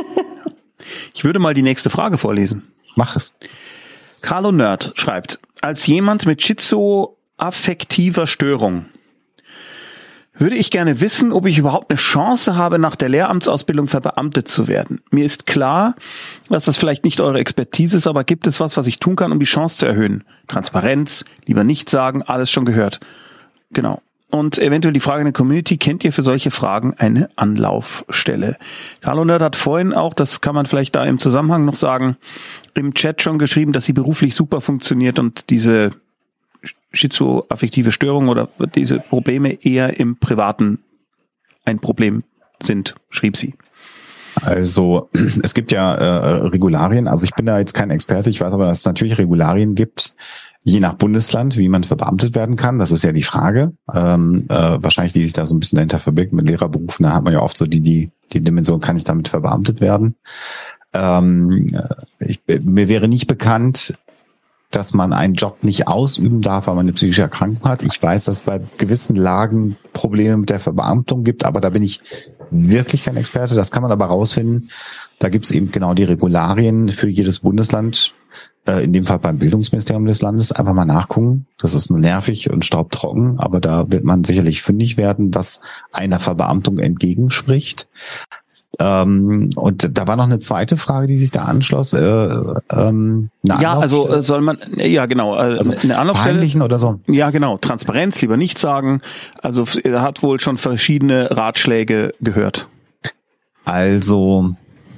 Ich würde mal die nächste Frage vorlesen.
Mach es.
Carlo Nerd schreibt, als jemand mit schizoaffektiver Störung würde ich gerne wissen, ob ich überhaupt eine Chance habe, nach der Lehramtsausbildung verbeamtet zu werden. Mir ist klar, dass das vielleicht nicht eure Expertise ist, aber gibt es was, was ich tun kann, um die Chance zu erhöhen? Transparenz, lieber nicht sagen, alles schon gehört. Genau. Und eventuell die Frage in der Community, kennt ihr für solche Fragen eine Anlaufstelle? Carlo Nerd hat vorhin auch, das kann man vielleicht da im Zusammenhang noch sagen, im Chat schon geschrieben, dass sie beruflich super funktioniert und diese schizoaffektive Störung oder diese Probleme eher im Privaten ein Problem sind, schrieb sie.
Also es gibt ja äh, Regularien, also ich bin da jetzt kein Experte, ich weiß aber, dass es natürlich Regularien gibt, je nach Bundesland, wie man verbeamtet werden kann, das ist ja die Frage, ähm, äh, wahrscheinlich die sich da so ein bisschen dahinter verbirgt, mit Lehrerberufen, da hat man ja oft so die die die Dimension, kann ich damit verbeamtet werden. Ähm, ich, mir wäre nicht bekannt, dass man einen Job nicht ausüben darf, weil man eine psychische Erkrankung hat. Ich weiß, dass es bei gewissen Lagen Probleme mit der Verbeamtung gibt, aber da bin ich wirklich kein Experte. Das kann man aber rausfinden. Da gibt es eben genau die Regularien für jedes Bundesland, äh, in dem Fall beim Bildungsministerium des Landes. Einfach mal nachgucken. Das ist nervig und staubtrocken, aber da wird man sicherlich fündig werden, was einer Verbeamtung entgegenspricht. Ähm, und da war noch eine zweite Frage, die sich da anschloss. Äh, ähm, eine
ja, also äh, soll man, ja genau, äh,
also
eine Anlaufstelle
oder so.
Ja, genau. Transparenz, lieber nicht sagen. Also er hat wohl schon verschiedene Ratschläge gehört.
Also,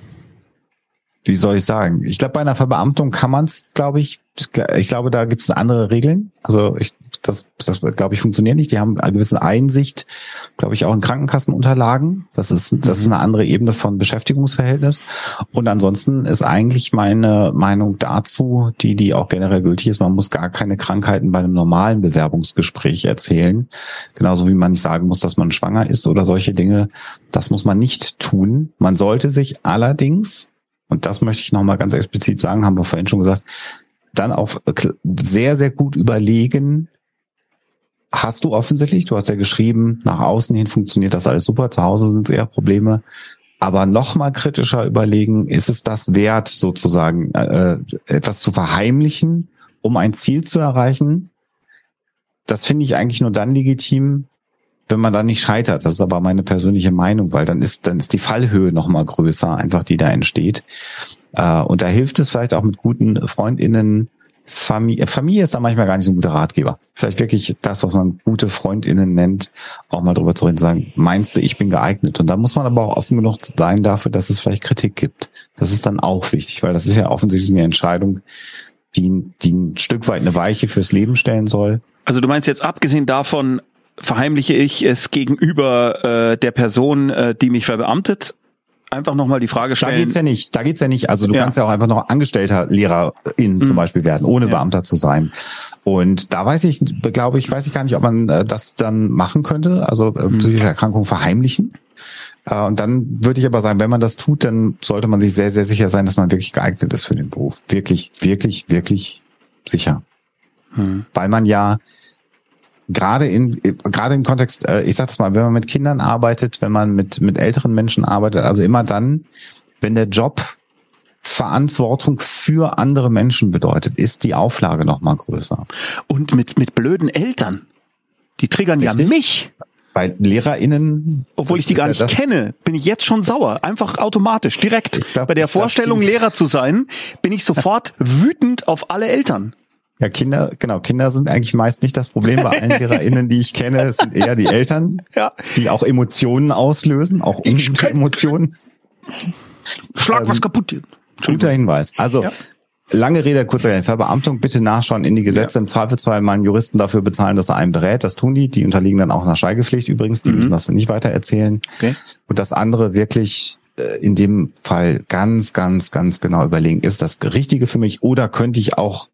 wie soll ich sagen? Ich glaube, bei einer Verbeamtung kann man es, glaube ich, ich glaube, da gibt es andere Regeln. Also ich, das, das glaube ich, funktioniert nicht. Die haben eine gewisse Einsicht, glaube ich, auch in Krankenkassenunterlagen. Das ist, das ist eine andere Ebene von Beschäftigungsverhältnis. Und ansonsten ist eigentlich meine Meinung dazu, die, die auch generell gültig ist, man muss gar keine Krankheiten bei einem normalen Bewerbungsgespräch erzählen. Genauso wie man nicht sagen muss, dass man schwanger ist oder solche Dinge. Das muss man nicht tun. Man sollte sich allerdings, und das möchte ich nochmal ganz explizit sagen, haben wir vorhin schon gesagt, dann auch sehr, sehr gut überlegen, hast du offensichtlich, du hast ja geschrieben, nach außen hin funktioniert das alles super, zu Hause sind eher Probleme, aber nochmal kritischer überlegen, ist es das wert, sozusagen äh, etwas zu verheimlichen um ein Ziel zu erreichen. Das finde ich eigentlich nur dann legitim, wenn man da nicht scheitert. Das ist aber meine persönliche Meinung, weil dann ist dann ist die Fallhöhe noch mal größer, einfach die da entsteht. Äh, und da hilft es vielleicht auch mit guten FreundInnen. Familie, Familie ist da manchmal gar nicht so ein guter Ratgeber. Vielleicht wirklich das, was man gute FreundInnen nennt, auch mal drüber zu reden, sagen, meinst du, ich bin geeignet? Und da muss man aber auch offen genug sein dafür, dass es vielleicht Kritik gibt. Das ist dann auch wichtig, weil das ist ja offensichtlich eine Entscheidung, die, die ein Stück weit eine Weiche fürs Leben stellen soll.
Also du meinst jetzt, abgesehen davon, verheimliche ich es gegenüber äh, der Person, äh, die mich verbeamtet, einfach nochmal die Frage stellen.
Da geht's ja nicht, da geht's ja nicht. Also du
ja.
kannst ja auch einfach noch Angestellter Lehrerin mhm. zum Beispiel werden, ohne ja. Beamter zu sein. Und da weiß ich, glaube ich, weiß ich gar nicht, ob man äh, das dann machen könnte, also äh, mhm. psychische Erkrankungen verheimlichen. Äh, und dann würde ich aber sagen, wenn man das tut, dann sollte man sich sehr, sehr sicher sein, dass man wirklich geeignet ist für den Beruf. Wirklich, wirklich, wirklich sicher. Mhm. Weil man ja Gerade in gerade im Kontext, ich sag das mal, wenn man mit Kindern arbeitet, wenn man mit mit älteren Menschen arbeitet, also immer dann, wenn der Job Verantwortung für andere Menschen bedeutet, ist die Auflage noch mal größer.
Und mit mit blöden Eltern, die triggern Richtig? ja mich.
Bei LehrerInnen,
obwohl ich die gar nicht ja kenne, bin ich jetzt schon sauer, einfach automatisch, direkt. Glaub, Bei der Vorstellung, glaub, Lehrer zu sein, bin ich sofort wütend auf alle Eltern.
Ja, Kinder, genau, Kinder sind eigentlich meist nicht das Problem bei allen LehrerInnen, die ich kenne. Es sind eher die Eltern, ja. die auch Emotionen auslösen, auch ungute Emotionen.
Schlag ähm, was kaputt.
Guter Hinweis. Also, ja. lange Rede, kurzer Rede. Verbeamtung, bitte nachschauen in die Gesetze. Ja. Im Zweifelsfall mal einen Juristen dafür bezahlen, dass er einen berät. Das tun die. Die unterliegen dann auch einer Schweigepflicht übrigens. Die mhm. müssen das nicht weiter erzählen. Okay. Und das andere wirklich äh, in dem Fall ganz, ganz, ganz genau überlegen. Ist das Richtige für mich oder könnte ich auch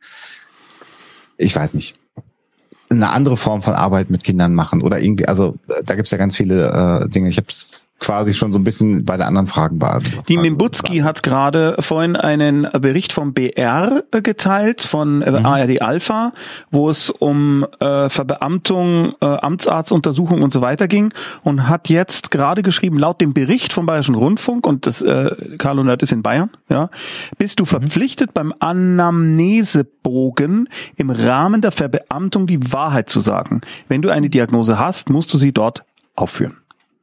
ich weiß nicht, eine andere Form von Arbeit mit Kindern machen oder irgendwie, also da gibt's ja ganz viele äh, Dinge. Ich habe es quasi schon so ein bisschen bei der anderen Fragen beantwortet.
Die Mimbutski hat gerade vorhin einen Bericht vom B R geteilt, von äh, mhm. A R D Alpha, wo es um äh, Verbeamtung, äh, Amtsarztuntersuchung und so weiter ging und hat jetzt gerade geschrieben, laut dem Bericht vom Bayerischen Rundfunk, und das äh, Karl Hundert ist in Bayern, ja, bist du verpflichtet, mhm. beim Anamnesebogen im Rahmen der Verbeamtung die Wahrheit zu sagen. Wenn du eine Diagnose hast, musst du sie dort aufführen.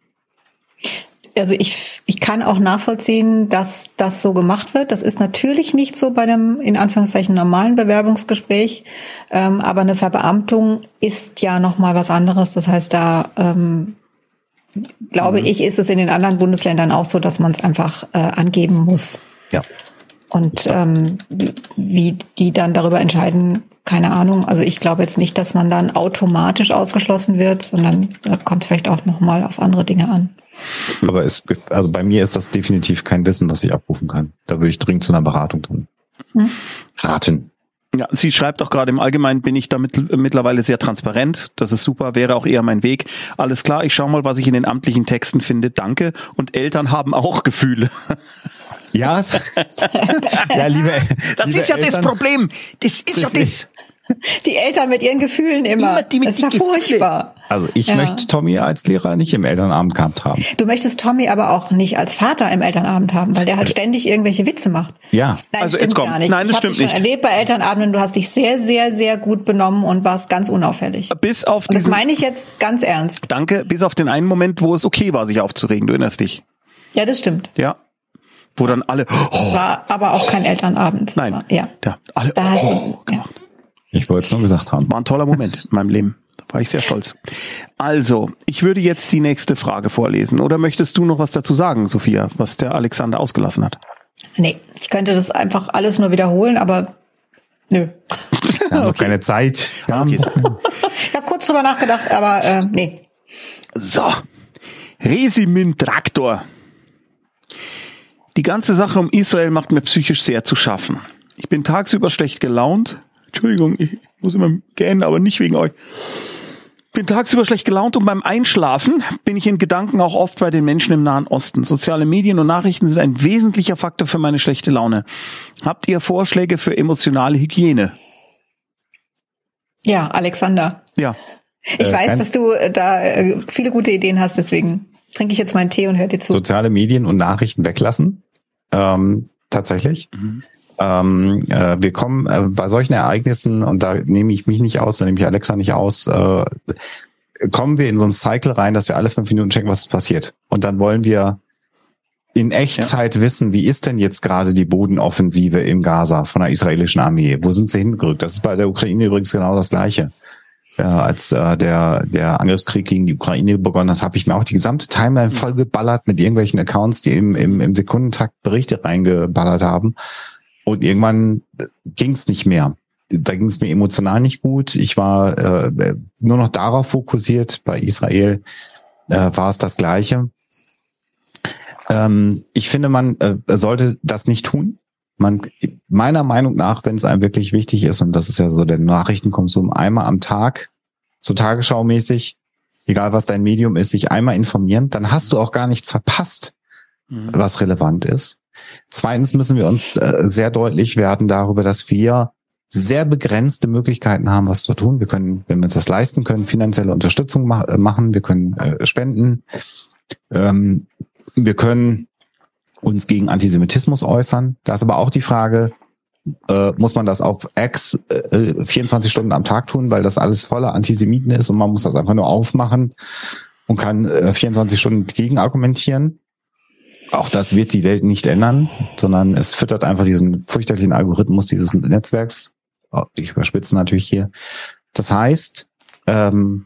Also ich, ich kann auch nachvollziehen, dass das so gemacht wird. Das ist natürlich nicht so bei einem, in Anführungszeichen, normalen Bewerbungsgespräch. Ähm, aber eine Verbeamtung ist ja nochmal was anderes. Das heißt, da ähm, glaube mhm. ich, ist es in den anderen Bundesländern auch so, dass man es einfach äh, angeben muss.
Ja.
Und ähm, wie die dann darüber entscheiden, keine Ahnung. Also ich glaube jetzt nicht, dass man dann automatisch ausgeschlossen wird, sondern da kommt es vielleicht auch nochmal auf andere Dinge an.
Aber es, also bei mir ist das definitiv kein Wissen, was ich abrufen kann. Da würde ich dringend zu einer Beratung drin hm. raten.
Ja, sie schreibt auch gerade, im Allgemeinen bin ich damit mittlerweile sehr transparent. Das ist super, wäre auch eher mein Weg. Alles klar, ich schaue mal, was ich in den amtlichen Texten finde. Danke. Und Eltern haben auch Gefühle.
Ja, ja, liebe,
das
liebe
ist ja
Eltern,
das Problem. Das ist ja das.
Die Eltern mit ihren Gefühlen immer. immer die mit das ist ja furchtbar.
Also ich ja. möchte Tommy als Lehrer nicht im Elternabend gehabt haben.
Du möchtest Tommy aber auch nicht als Vater im Elternabend haben, weil der halt ständig irgendwelche Witze macht.
Ja.
Nein,
also
stimmt
jetzt
gar nicht.
Nein, das
ich
stimmt
dich schon
nicht.
erlebt bei Elternabenden, du hast dich sehr, sehr, sehr gut benommen und warst ganz unauffällig.
Bis auf
und das
diesen,
meine ich jetzt ganz ernst.
Danke, bis auf den einen Moment, wo es okay war, sich aufzuregen. Du erinnerst dich.
Ja, das stimmt.
Ja. Wo dann alle... Oh,
das war aber auch kein Elternabend. Das
Nein.
War, ja.
ja. Alle
da hast
oh,
du, ja.
Ich wollte es nur gesagt haben.
War ein toller Moment in meinem Leben. Da war ich sehr stolz. Also, ich würde jetzt die nächste Frage vorlesen. Oder möchtest du noch was dazu sagen, Sophia, was der Alexander ausgelassen hat?
Nee, ich könnte das einfach alles nur wiederholen, aber nö.
Wir haben noch okay. keine Zeit. Ja.
Okay. Ich habe kurz drüber nachgedacht, aber äh, nee.
So, Resimin Traktor. Die ganze Sache um Israel macht mir psychisch sehr zu schaffen. Ich bin tagsüber schlecht gelaunt. Entschuldigung, ich muss immer gähnen, aber nicht wegen euch. Ich bin tagsüber schlecht gelaunt und beim Einschlafen bin ich in Gedanken auch oft bei den Menschen im Nahen Osten. Soziale Medien und Nachrichten sind ein wesentlicher Faktor für meine schlechte Laune. Habt ihr Vorschläge für emotionale Hygiene?
Ja, Alexander.
Ja.
Ich äh, weiß, dass du da viele gute Ideen hast, deswegen trinke ich jetzt meinen Tee und höre dir zu.
Soziale Medien und Nachrichten weglassen. Ähm, tatsächlich. Mhm. Ähm, äh, wir kommen äh, bei solchen Ereignissen, und da nehme ich mich nicht aus, da nehme ich Alexa nicht aus, äh, kommen wir in so einen Cycle rein, dass wir alle fünf Minuten checken, was passiert. Und dann wollen wir in Echtzeit ja. wissen, wie ist denn jetzt gerade die Bodenoffensive in Gaza von der israelischen Armee? Wo sind sie hingerückt? Das ist bei der Ukraine übrigens genau das Gleiche. Äh, als äh, der der Angriffskrieg gegen die Ukraine begonnen hat, habe ich mir auch die gesamte Timeline vollgeballert mit irgendwelchen Accounts, die im, im, im Sekundentakt Berichte reingeballert haben. Und irgendwann ging es nicht mehr. Da ging es mir emotional nicht gut. Ich war äh, nur noch darauf fokussiert. Bei Israel äh, war es das Gleiche. Ähm, ich finde, man äh, sollte das nicht tun. Man, meiner Meinung nach, wenn es einem wirklich wichtig ist, und das ist ja so der Nachrichtenkonsum, einmal am Tag, so tagesschaumäßig, egal was dein Medium ist, sich einmal informieren, dann hast du auch gar nichts verpasst, mhm. was relevant ist. Zweitens müssen wir uns äh, sehr deutlich werden darüber, dass wir sehr begrenzte Möglichkeiten haben, was zu tun. Wir können, wenn wir uns das leisten können, finanzielle Unterstützung ma- machen, wir können äh, spenden, ähm, wir können uns gegen Antisemitismus äußern. Da ist aber auch die Frage, äh, muss man das auf X äh, vierundzwanzig Stunden am Tag tun, weil das alles voller Antisemiten ist und man muss das einfach nur aufmachen und kann äh, vierundzwanzig Stunden gegen argumentieren. Auch das wird die Welt nicht ändern, sondern es füttert einfach diesen fürchterlichen Algorithmus dieses Netzwerks. Ich überspitze natürlich hier. Das heißt, ähm,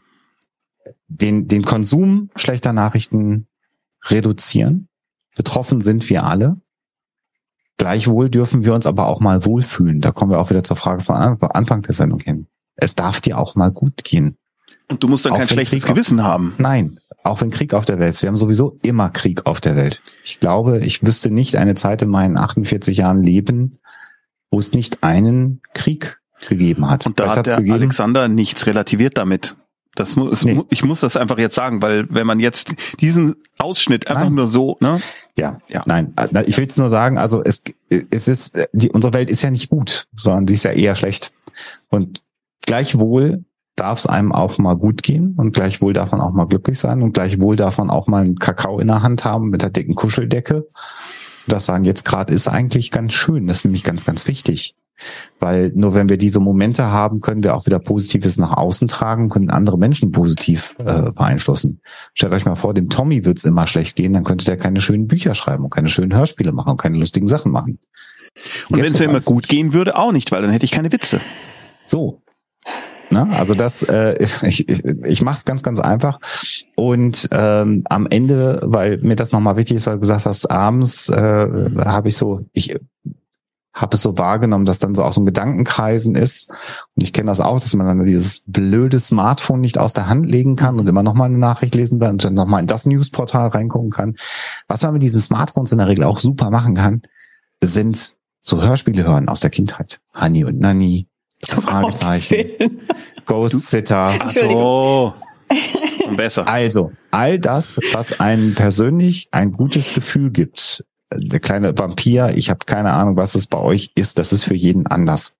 den, den Konsum schlechter Nachrichten reduzieren. Betroffen sind wir alle. Gleichwohl dürfen wir uns aber auch mal wohlfühlen. Da kommen wir auch wieder zur Frage von Anfang der Sendung hin. Es darf dir auch mal gut gehen.
Und du musst dann auch kein schlechtes Krieg Gewissen auf, haben.
Nein, auch wenn Krieg auf der Welt ist. Wir haben sowieso immer Krieg auf der Welt. Ich glaube, ich wüsste nicht eine Zeit in meinen achtundvierzig Jahren Leben, wo es nicht einen Krieg gegeben hat.
Und da Vielleicht hat der gegeben. Alexander nichts relativiert damit. Das muss, nee. Ich muss das einfach jetzt sagen, weil wenn man jetzt diesen Ausschnitt einfach nein. nur so, ne?
Ja, ja. nein, ich will es nur sagen, also es, es ist, die, unsere Welt ist ja nicht gut, sondern sie ist ja eher schlecht. Und gleichwohl darf es einem auch mal gut gehen und gleichwohl darf man auch mal glücklich sein und gleichwohl darf man auch mal einen Kakao in der Hand haben mit der dicken Kuscheldecke und das sagen, jetzt gerade ist eigentlich ganz schön, das ist nämlich ganz, ganz wichtig. Weil nur wenn wir diese Momente haben, können wir auch wieder Positives nach außen tragen, können andere Menschen positiv äh, beeinflussen. Stellt euch mal vor, dem Tommy wird's immer schlecht gehen, dann könnte der keine schönen Bücher schreiben und keine schönen Hörspiele machen und keine lustigen Sachen machen.
Und, und wenn es mir immer gut gehen würde, auch nicht, weil dann hätte ich keine Witze.
So. Na, also das, äh, ich, ich, ich mache es ganz, ganz einfach. Und ähm, am Ende, weil mir das nochmal wichtig ist, weil du gesagt hast, abends äh, habe ich so, ich habe es so wahrgenommen, dass dann so auch so ein Gedankenkreisen ist. Und ich kenne das auch, dass man dann dieses blöde Smartphone nicht aus der Hand legen kann und immer nochmal eine Nachricht lesen kann und dann nochmal in das Newsportal reingucken kann. Was man mit diesen Smartphones in der Regel auch super machen kann, sind so Hörspiele hören aus der Kindheit. Hani und Nanny,
oh
Fragezeichen, Ghost Sitter.
Ach so. Besser.
Also, all das, was einem persönlich ein gutes Gefühl gibt, der kleine Vampir, ich habe keine Ahnung, was es bei euch ist, das ist für jeden anders.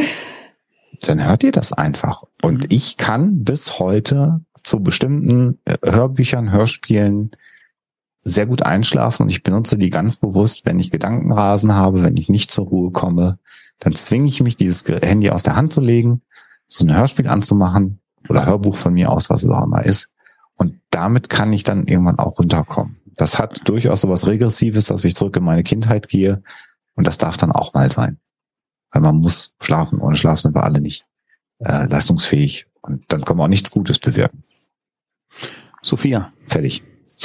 Dann hört ihr das einfach. Und mhm. ich kann bis heute zu bestimmten Hörbüchern, Hörspielen sehr gut einschlafen und ich benutze die ganz bewusst, wenn ich Gedankenrasen habe, wenn ich nicht zur Ruhe komme, dann zwinge ich mich, dieses Handy aus der Hand zu legen, so ein Hörspiel anzumachen oder Hörbuch von mir aus, was es auch immer ist. Und damit kann ich dann irgendwann auch runterkommen. Das hat durchaus sowas Regressives, dass ich zurück in meine Kindheit gehe. Und das darf dann auch mal sein. Weil man muss schlafen. Ohne Schlaf sind wir alle nicht äh, leistungsfähig. Und dann kann man auch nichts Gutes bewirken.
Sophia.
Fertig.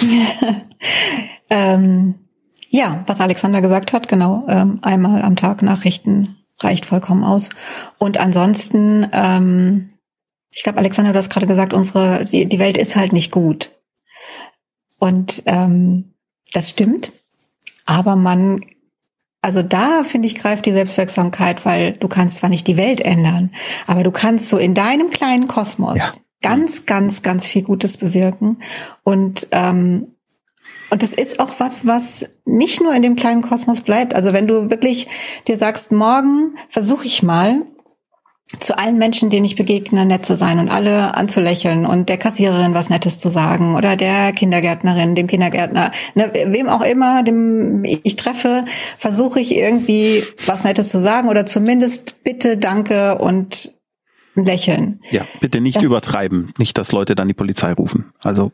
ähm, ja, was Alexander gesagt hat, genau. Ähm, einmal am Tag Nachrichten reicht vollkommen aus. Und ansonsten, ähm, ich glaube, Alexander, du hast gerade gesagt, unsere die, die Welt ist halt nicht gut. Und ähm, das stimmt, aber man, also da finde ich, greift die Selbstwirksamkeit, weil du kannst zwar nicht die Welt ändern, aber du kannst so in deinem kleinen Kosmos ja. ganz, ganz, ganz viel Gutes bewirken. Und ähm, und das ist auch was, was nicht nur in dem kleinen Kosmos bleibt. Also wenn du wirklich dir sagst, morgen versuche ich mal, zu allen Menschen, denen ich begegne, nett zu sein und alle anzulächeln und der Kassiererin was Nettes zu sagen oder der Kindergärtnerin, dem Kindergärtner, ne, wem auch immer, dem ich treffe, versuche ich irgendwie was Nettes zu sagen oder zumindest bitte, danke und ein Lächeln.
Ja, bitte nicht
das,
übertreiben, nicht, dass Leute dann die Polizei rufen. Also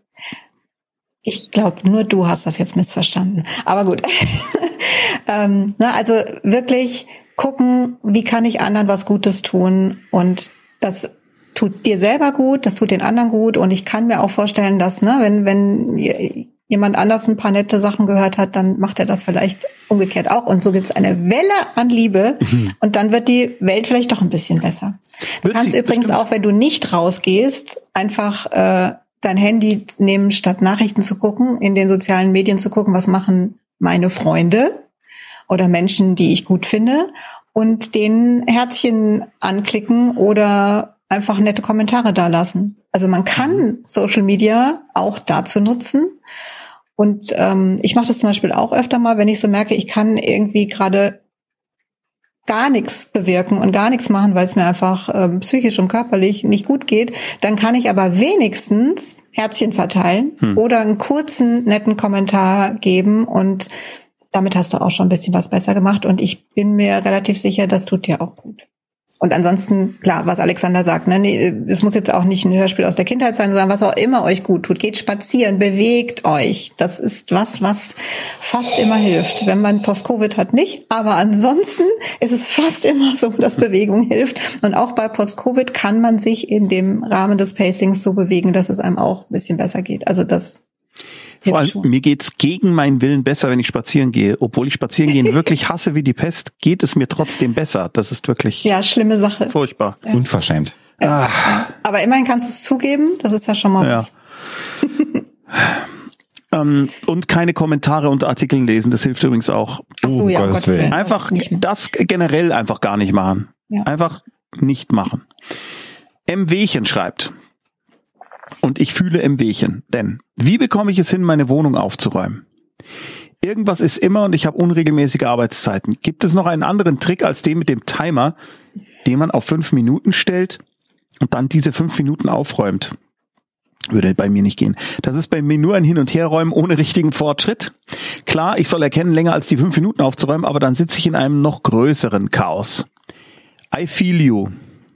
ich glaube, nur du hast das jetzt missverstanden. Aber gut. ähm, ne, also wirklich gucken, wie kann ich anderen was Gutes tun, und das tut dir selber gut, das tut den anderen gut, und ich kann mir auch vorstellen, dass, ne, wenn wenn jemand anders ein paar nette Sachen gehört hat, dann macht er das vielleicht umgekehrt auch, und so gibt's eine Welle an Liebe und dann wird die Welt vielleicht doch ein bisschen besser. Du kannst
sie,
übrigens
bestimmt.
auch, wenn du nicht rausgehst, einfach äh, dein Handy nehmen, statt Nachrichten zu gucken, in den sozialen Medien zu gucken, was machen meine Freunde oder Menschen, die ich gut finde, und den Herzchen anklicken oder einfach nette Kommentare dalassen. Also man kann Social Media auch dazu nutzen. Und ähm, ich mache das zum Beispiel auch öfter mal, wenn ich so merke, ich kann irgendwie gerade gar nichts bewirken und gar nichts machen, weil es mir einfach ähm, psychisch und körperlich nicht gut geht, dann kann ich aber wenigstens Herzchen verteilen hm. oder einen kurzen, netten Kommentar geben, und damit hast du auch schon ein bisschen was besser gemacht, und ich bin mir relativ sicher, das tut dir auch gut. Und ansonsten, klar, was Alexander sagt, ne, nee, es muss jetzt auch nicht ein Hörspiel aus der Kindheit sein, sondern was auch immer euch gut tut. Geht spazieren, bewegt euch. Das ist was, was fast immer hilft. Wenn man Post-Covid hat, nicht. Aber ansonsten ist es fast immer so, dass Bewegung hilft. Und auch bei Post-Covid kann man sich in dem Rahmen des Pacings so bewegen, dass es einem auch ein bisschen besser geht. Also das
Vor allem, mir geht's gegen meinen Willen besser, wenn ich spazieren gehe. Obwohl ich spazieren gehen wirklich hasse wie die Pest, geht es mir trotzdem besser. Das ist wirklich
ja, schlimme Sache.
Furchtbar.
Ja. Unverschämt.
Ja. Ah. Aber immerhin kannst du es zugeben, das ist ja schon mal
ja.
was.
ähm, und keine Kommentare unter Artikeln lesen, das hilft übrigens auch.
Ach so, ja,
um Gottes Willen.
Einfach das, das generell einfach gar nicht machen. Ja. Einfach nicht machen. M. Wehchen schreibt: Und ich fühle im Wehchen, denn wie bekomme ich es hin, meine Wohnung aufzuräumen? Irgendwas ist immer und ich habe unregelmäßige Arbeitszeiten. Gibt es noch einen anderen Trick als den mit dem Timer, den man auf fünf Minuten stellt und dann diese fünf Minuten aufräumt? Würde bei mir nicht gehen. Das ist bei mir nur ein Hin- und Herräumen ohne richtigen Fortschritt. Klar, ich soll erkennen, länger als die fünf Minuten aufzuräumen, aber dann sitze ich in einem noch größeren Chaos. I feel you.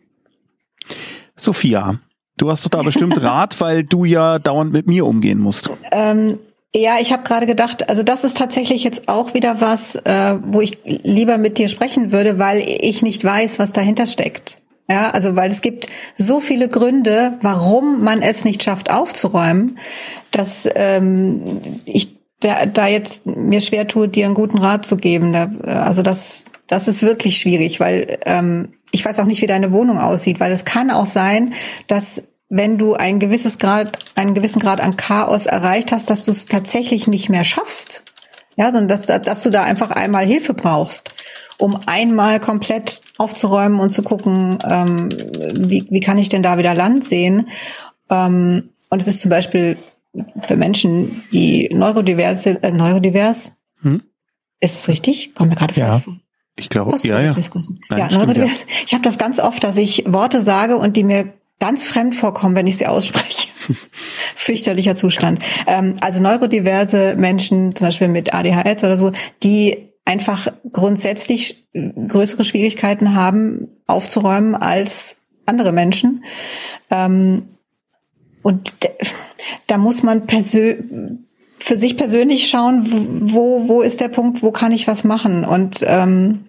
Sophia, du hast doch da bestimmt Rat, weil du ja dauernd mit mir umgehen musst.
Ähm, ja, ich habe gerade gedacht, also das ist tatsächlich jetzt auch wieder was, äh, wo ich lieber mit dir sprechen würde, weil ich nicht weiß, was dahinter steckt. Ja, also weil es gibt so viele Gründe, warum man es nicht schafft aufzuräumen, dass ähm, ich da, da jetzt mir schwer tue, dir einen guten Rat zu geben. Da, also das, das ist wirklich schwierig, weil ähm, ich weiß auch nicht, wie deine Wohnung aussieht, weil es kann auch sein, dass wenn du ein gewisses Grad, einen gewissen Grad an Chaos erreicht hast, dass du es tatsächlich nicht mehr schaffst. Ja, sondern dass, dass du da einfach einmal Hilfe brauchst, um einmal komplett aufzuräumen und zu gucken, ähm, wie, wie kann ich denn da wieder Land sehen. Ähm, und es ist zum Beispiel für Menschen, die neurodivers sind, äh, neurodivers, hm? Ist es richtig? Kommt mir gerade
ja.
vor.
Ich glaube, ja, ja.
Nein, ja, neurodivers. Ja. Ich habe das ganz oft, dass ich Worte sage und die mir ganz fremd vorkommen, wenn ich sie ausspreche. Fürchterlicher Zustand. Ähm, also neurodiverse Menschen, zum Beispiel mit A D H S oder so, die einfach grundsätzlich größere Schwierigkeiten haben, aufzuräumen als andere Menschen. Ähm, und da muss man persö- für sich persönlich schauen, wo, wo ist der Punkt, wo kann ich was machen? Und ähm,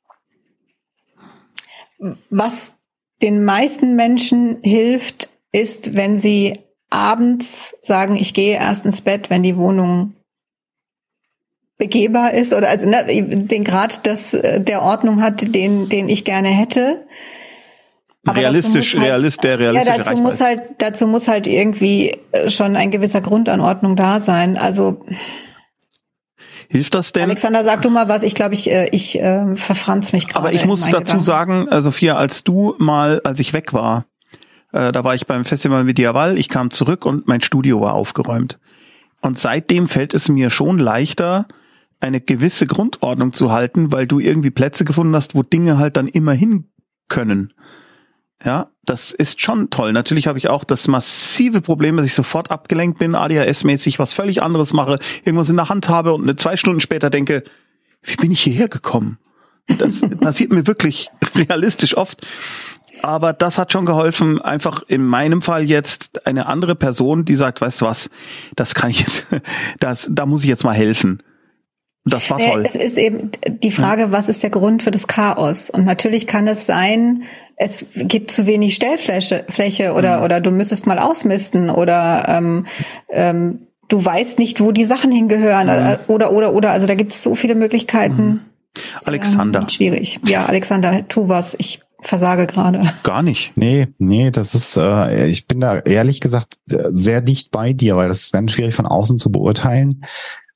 was den meisten Menschen hilft, ist, wenn sie abends sagen, ich gehe erst ins Bett, wenn die Wohnung begehbar ist oder also ne, den Grad des, der Ordnung hat, den den ich gerne hätte.
Aber realistisch, halt, realist, der realistische
ja, dazu muss halt, dazu muss halt irgendwie schon ein gewisser Grund an Ordnung da sein. Also
hilft das denn?
Alexander, sag du mal was. Ich glaube, ich ich äh, verfranz mich gerade.
Aber ich muss dazu
Gedanken.
sagen, äh, Sophia, als du mal, als ich weg war, äh, da war ich beim Festival Mediaval, ich kam zurück und mein Studio war aufgeräumt. Und seitdem fällt es mir schon leichter, eine gewisse Grundordnung zu halten, weil du irgendwie Plätze gefunden hast, wo Dinge halt dann immer hin können. Ja, das ist schon toll. Natürlich habe ich auch das massive Problem, dass ich sofort abgelenkt bin, A D H S-mäßig was völlig anderes mache, irgendwas in der Hand habe und eine zwei Stunden später denke, wie bin ich hierher gekommen? Das passiert mir wirklich realistisch oft. Aber das hat schon geholfen, einfach in meinem Fall jetzt eine andere Person, die sagt, weißt du was, das kann ich jetzt, das, da muss ich jetzt mal helfen. Das war toll.
Es ist eben die Frage, was ist der Grund für das Chaos? Und natürlich kann es sein, es gibt zu wenig Stellfläche Fläche oder mhm. oder du müsstest mal ausmisten oder ähm, ähm, du weißt nicht, wo die Sachen hingehören mhm. oder oder oder. Also da gibt es so viele Möglichkeiten.
Mhm. Alexander.
Ähm, schwierig. Ja, Alexander, tu was. Ich versage gerade.
Gar nicht.
Nee, nee, das ist, äh, ich bin da ehrlich gesagt sehr dicht bei dir, weil das ist ganz schwierig von außen zu beurteilen.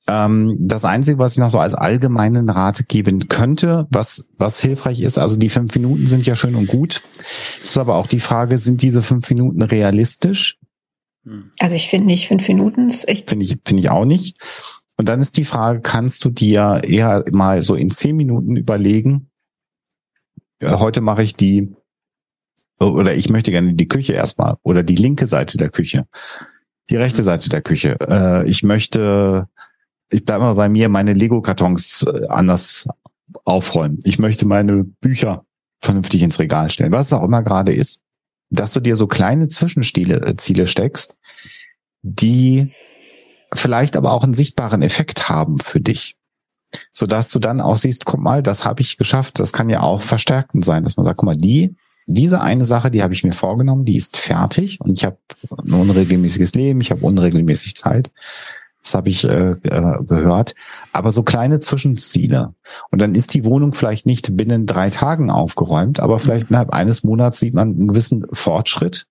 Das Einzige, was ich noch so als allgemeinen Rat geben könnte, was was hilfreich ist, also die fünf Minuten sind ja schön und gut. Es ist aber auch die Frage, sind diese fünf Minuten realistisch?
Also ich finde nicht, fünf Minuten ist echt...
Finde ich, finde ich auch nicht. Und dann ist die Frage, kannst du dir eher mal so in zehn Minuten überlegen, heute mache ich die, oder ich möchte gerne die Küche erstmal, oder die linke Seite der Küche, die rechte Seite der Küche. Ich möchte... Ich bleibe mal bei mir, meine Lego-Kartons anders aufräumen. Ich möchte meine Bücher vernünftig ins Regal stellen, was es auch immer gerade ist. Dass du dir so kleine Zwischenziele Ziele steckst, die vielleicht aber auch einen sichtbaren Effekt haben für dich. Sodass du dann auch siehst, guck mal, das habe ich geschafft. Das kann ja auch verstärkend sein, dass man sagt, guck mal, die, diese eine Sache, die habe ich mir vorgenommen, die ist fertig und ich habe ein unregelmäßiges Leben, ich habe unregelmäßig Zeit. Das habe ich äh, gehört. Aber so kleine Zwischenziele. Und dann ist die Wohnung vielleicht nicht binnen drei Tagen aufgeräumt, aber vielleicht innerhalb eines Monats sieht man einen gewissen Fortschritt.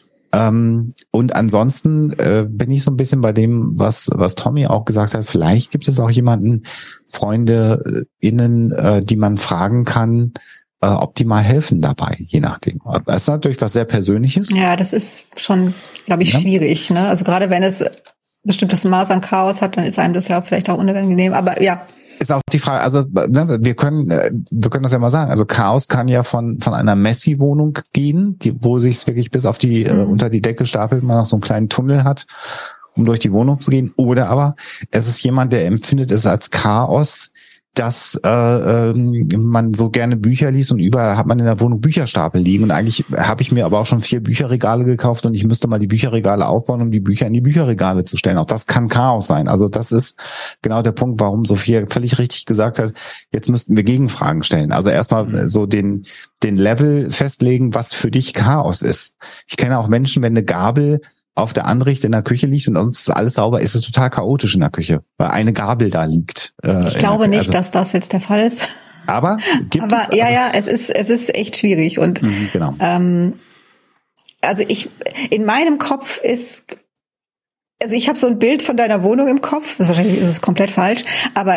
Ähm, und ansonsten äh, bin ich so ein bisschen bei dem, was was Tommy auch gesagt hat. Vielleicht gibt es auch jemanden, Freunde, innen, äh, die man fragen kann, äh, ob die mal helfen dabei, je nachdem. Das ist natürlich was sehr Persönliches.
Ja, das ist schon, glaube ich, ja. schwierig. Ne? Also gerade wenn es bestimmtes Maß an Chaos hat, dann ist einem das ja vielleicht auch unangenehm. Aber ja.
Ist auch die Frage, also ne, wir können wir können das ja mal sagen, also Chaos kann ja von von einer Messi-Wohnung gehen, die, wo sich's wirklich bis auf die mhm. äh, unter die Decke stapelt, man noch so einen kleinen Tunnel hat, um durch die Wohnung zu gehen. Oder aber es ist jemand, der empfindet es als Chaos, dass äh, ähm, man so gerne Bücher liest und überall hat man in der Wohnung Bücherstapel liegen und eigentlich habe ich mir aber auch schon vier Bücherregale gekauft und ich müsste mal die Bücherregale aufbauen, um die Bücher in die Bücherregale zu stellen. Auch das kann Chaos sein. Also das ist genau der Punkt, warum Sophia völlig richtig gesagt hat, jetzt müssten wir Gegenfragen stellen. Also erstmal so den den Level festlegen, was für dich Chaos ist. Ich kenne auch Menschen, wenn eine Gabel auf der Anrichte in der Küche liegt und sonst ist alles sauber, ist es total chaotisch in der Küche, weil eine Gabel da liegt.
Äh, ich glaube nicht, also, dass das jetzt der Fall ist.
Aber gibt
aber,
es? Aber
ja, ja, es ist es ist echt schwierig und
mhm, genau.
ähm, also ich in meinem Kopf ist, also ich habe so ein Bild von deiner Wohnung im Kopf. Wahrscheinlich ist es komplett falsch, aber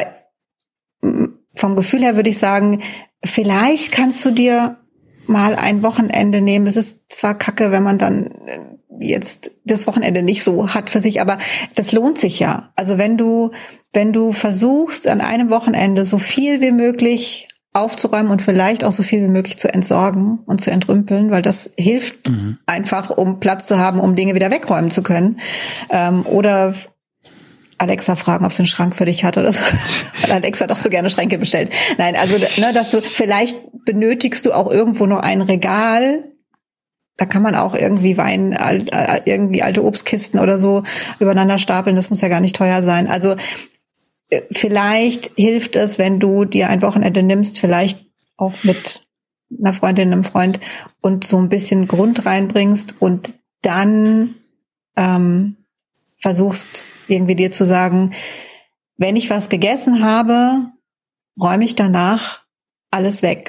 vom Gefühl her würde ich sagen, vielleicht kannst du dir mal ein Wochenende nehmen. Das ist zwar kacke, wenn man dann jetzt das Wochenende nicht so hat für sich, aber das lohnt sich ja. Also wenn du, wenn du versuchst, an einem Wochenende so viel wie möglich aufzuräumen und vielleicht auch so viel wie möglich zu entsorgen und zu entrümpeln, weil das hilft mhm. einfach, um Platz zu haben, um Dinge wieder wegräumen zu können. Ähm, oder Alexa fragen, ob sie einen Schrank für dich hat oder so. Weil Alexa doch so gerne Schränke bestellt. Nein, also, ne, dass du, vielleicht benötigst du auch irgendwo noch ein Regal. Da kann man auch irgendwie Wein, irgendwie alte Obstkisten oder so übereinander stapeln. Das muss ja gar nicht teuer sein. Also, vielleicht hilft es, wenn du dir ein Wochenende nimmst, vielleicht auch mit einer Freundin, einem Freund und so ein bisschen Grund reinbringst und dann, ähm, versuchst, irgendwie dir zu sagen, wenn ich was gegessen habe, räume ich danach alles weg.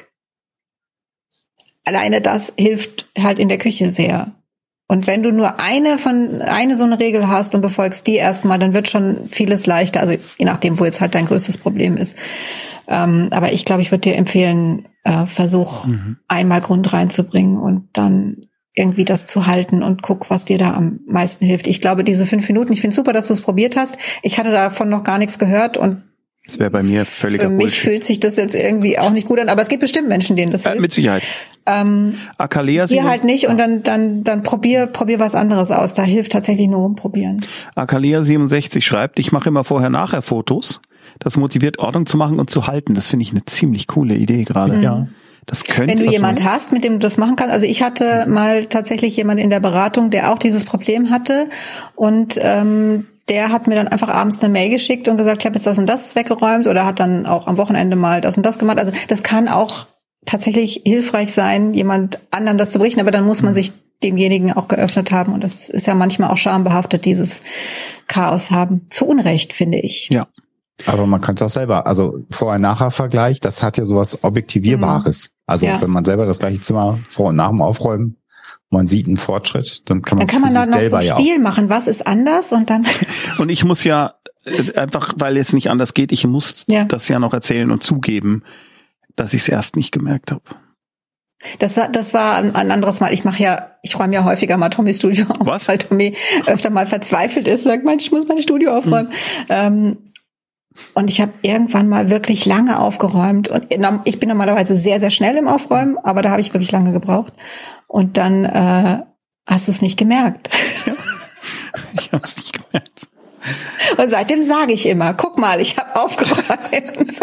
Alleine das hilft halt in der Küche sehr. Und wenn du nur eine von, eine so eine Regel hast und befolgst die erstmal, dann wird schon vieles leichter. Also je nachdem, wo jetzt halt dein größtes Problem ist. Ähm, aber ich glaube, ich würde dir empfehlen, äh, versuch mhm. einmal Grund reinzubringen und dann irgendwie das zu halten und guck, was dir da am meisten hilft. Ich glaube, diese fünf Minuten, ich finde super, dass du es probiert hast. Ich hatte davon noch gar nichts gehört und
Das wäre bei mir völliger
Für mich
Bullshit.
fühlt sich das jetzt irgendwie auch nicht gut an, aber es gibt bestimmt Menschen, denen das hilft.
Äh, mit Sicherheit.
Ähm,
Akalea
hier halt nicht und dann dann dann probier probier was anderes aus. Da hilft tatsächlich nur rumprobieren.
Akalea siebenundsechzig schreibt, ich mache immer Vorher-Nachher-Fotos. Das motiviert, Ordnung zu machen und zu halten. Das finde ich eine ziemlich coole Idee gerade.
Mhm.
Ja. Das könnte.
Wenn du
das
jemand
sein.
hast, mit dem du das machen kannst. Also ich hatte mhm. mal tatsächlich jemanden in der Beratung, der auch dieses Problem hatte und ähm, der hat mir dann einfach abends eine Mail geschickt und gesagt, ich habe jetzt das und das weggeräumt oder hat dann auch am Wochenende mal das und das gemacht. Also das kann auch tatsächlich hilfreich sein, jemand anderem das zu berichten, aber dann muss man sich demjenigen auch geöffnet haben und das ist ja manchmal auch schambehaftet, dieses Chaos haben. Zu Unrecht, finde ich.
Ja.
Aber man kann es auch selber, also Vorher-Nachher-Vergleich, das hat ja sowas Objektivierbares. Mhm. Also ja. wenn man selber das gleiche Zimmer vor und nach dem Aufräumen, man sieht einen Fortschritt, dann kann man
dann kann man da noch so ein Spiel
ja
machen, was ist anders und dann.
Und ich muss ja einfach, weil es nicht anders geht, ich muss ja. das ja noch erzählen und zugeben, dass ich es erst nicht gemerkt habe.
Das, das war ein, ein anderes Mal. Ich mache ja, ich räume ja häufiger mal Tommys Studio auf,
was?
Weil Tommy öfter mal verzweifelt ist, sagt, ich muss mein Studio aufräumen. Hm. Ähm, Und ich habe irgendwann mal wirklich lange aufgeräumt. Und ich bin normalerweise sehr, sehr schnell im Aufräumen, aber da habe ich wirklich lange gebraucht. Und dann äh, hast du es nicht gemerkt.
Ja, ich habe es nicht gemerkt.
Und seitdem sage ich immer, guck mal, ich habe aufgeräumt.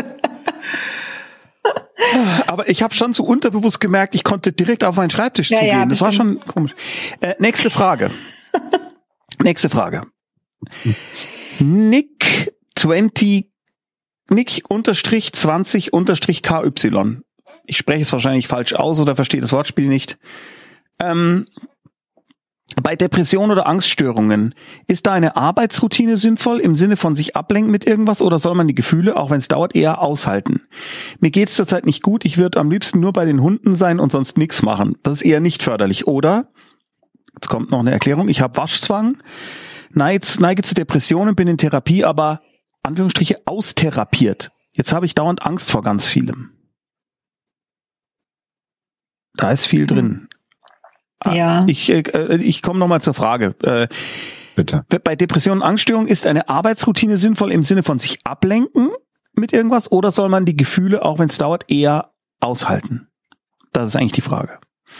Aber ich habe schon so unterbewusst gemerkt, ich konnte direkt auf meinen Schreibtisch
ja,
zugehen.
Ja,
das war schon komisch. Äh, nächste Frage. nächste Frage. Nick zwanzig, Nick unterstrich zwanzig unterstrich K Y. Ich spreche es wahrscheinlich falsch aus oder verstehe das Wortspiel nicht. Ähm, bei Depressionen oder Angststörungen, ist da eine Arbeitsroutine sinnvoll im Sinne von sich ablenken mit irgendwas oder soll man die Gefühle, auch wenn es dauert, eher aushalten? Mir geht's zurzeit nicht gut, ich würde am liebsten nur bei den Hunden sein und sonst nichts machen. Das ist eher nicht förderlich. Oder, jetzt kommt noch eine Erklärung, ich habe Waschzwang, neige, neige zu Depressionen, bin in Therapie, aber Anführungsstriche austherapiert. Jetzt habe ich dauernd Angst vor ganz vielem. Da ist viel drin.
Ja.
Ich, äh, ich komme nochmal zur Frage. Äh,
Bitte.
Bei Depressionen und Angststörungen ist eine Arbeitsroutine sinnvoll im Sinne von sich ablenken mit irgendwas oder soll man die Gefühle, auch wenn es dauert, eher aushalten? Das ist eigentlich die Frage.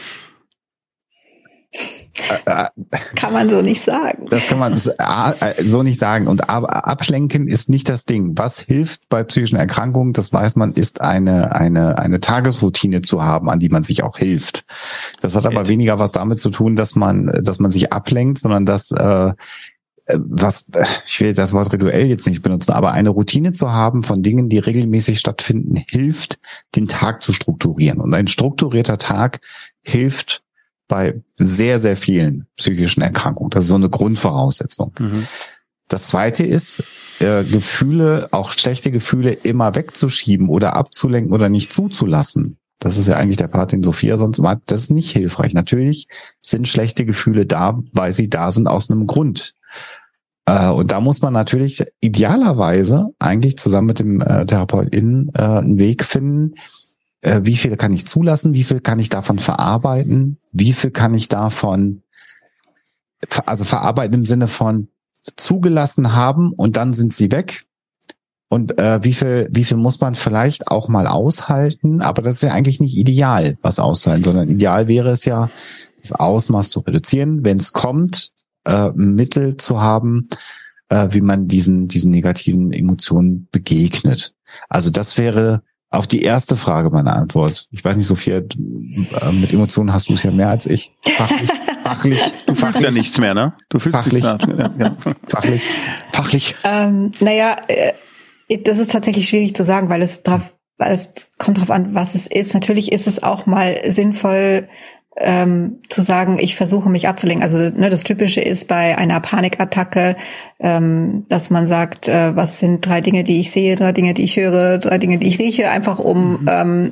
Kann man so nicht sagen.
Das kann man so nicht sagen. Und ablenken ist nicht das Ding. Was hilft bei psychischen Erkrankungen, das weiß man, ist eine eine eine Tagesroutine zu haben, an die man sich auch hilft. Das hat aber weniger was damit zu tun, dass man dass man sich ablenkt, sondern dass äh, was, ich will das Wort rituell jetzt nicht benutzen, aber eine Routine zu haben von Dingen, die regelmäßig stattfinden, hilft, den Tag zu strukturieren. Und ein strukturierter Tag hilft bei sehr, sehr vielen psychischen Erkrankungen. Das ist so eine Grundvoraussetzung. Mhm. Das Zweite ist, äh, Gefühle, auch schlechte Gefühle immer wegzuschieben oder abzulenken oder nicht zuzulassen. Das ist ja eigentlich der Part, den Sophia sonst macht. Das ist nicht hilfreich. Natürlich sind schlechte Gefühle da, weil sie da sind aus einem Grund. Äh, und da muss man natürlich idealerweise eigentlich zusammen mit dem äh, TherapeutInnen äh, einen Weg finden, wie viel kann ich zulassen, wie viel kann ich davon verarbeiten, wie viel kann ich davon, also verarbeiten im Sinne von zugelassen haben und dann sind sie weg und äh, wie viel wie viel muss man vielleicht auch mal aushalten, aber das ist ja eigentlich nicht ideal, was aushalten, sondern ideal wäre es ja, das Ausmaß zu reduzieren, wenn es kommt, äh, Mittel zu haben, äh, wie man diesen diesen negativen Emotionen begegnet. Also das wäre auf die erste Frage meine Antwort. Ich weiß nicht, Sophia, mit Emotionen hast du es ja mehr als ich. Fachlich. fachlich
du fühlst fachlich, ja nichts mehr, ne? Du fühlst
fachlich.
nichts mehr. Ja, ja.
Fachlich.
Fachlich.
Ähm, naja, äh, das ist tatsächlich schwierig zu sagen, weil es drauf, weil es kommt drauf an, was es ist. Natürlich ist es auch mal sinnvoll, ähm, zu sagen, ich versuche mich abzulenken. Also ne, das Typische ist bei einer Panikattacke, ähm, dass man sagt, äh, was sind drei Dinge, die ich sehe, drei Dinge, die ich höre, drei Dinge, die ich rieche, einfach um mhm. ähm,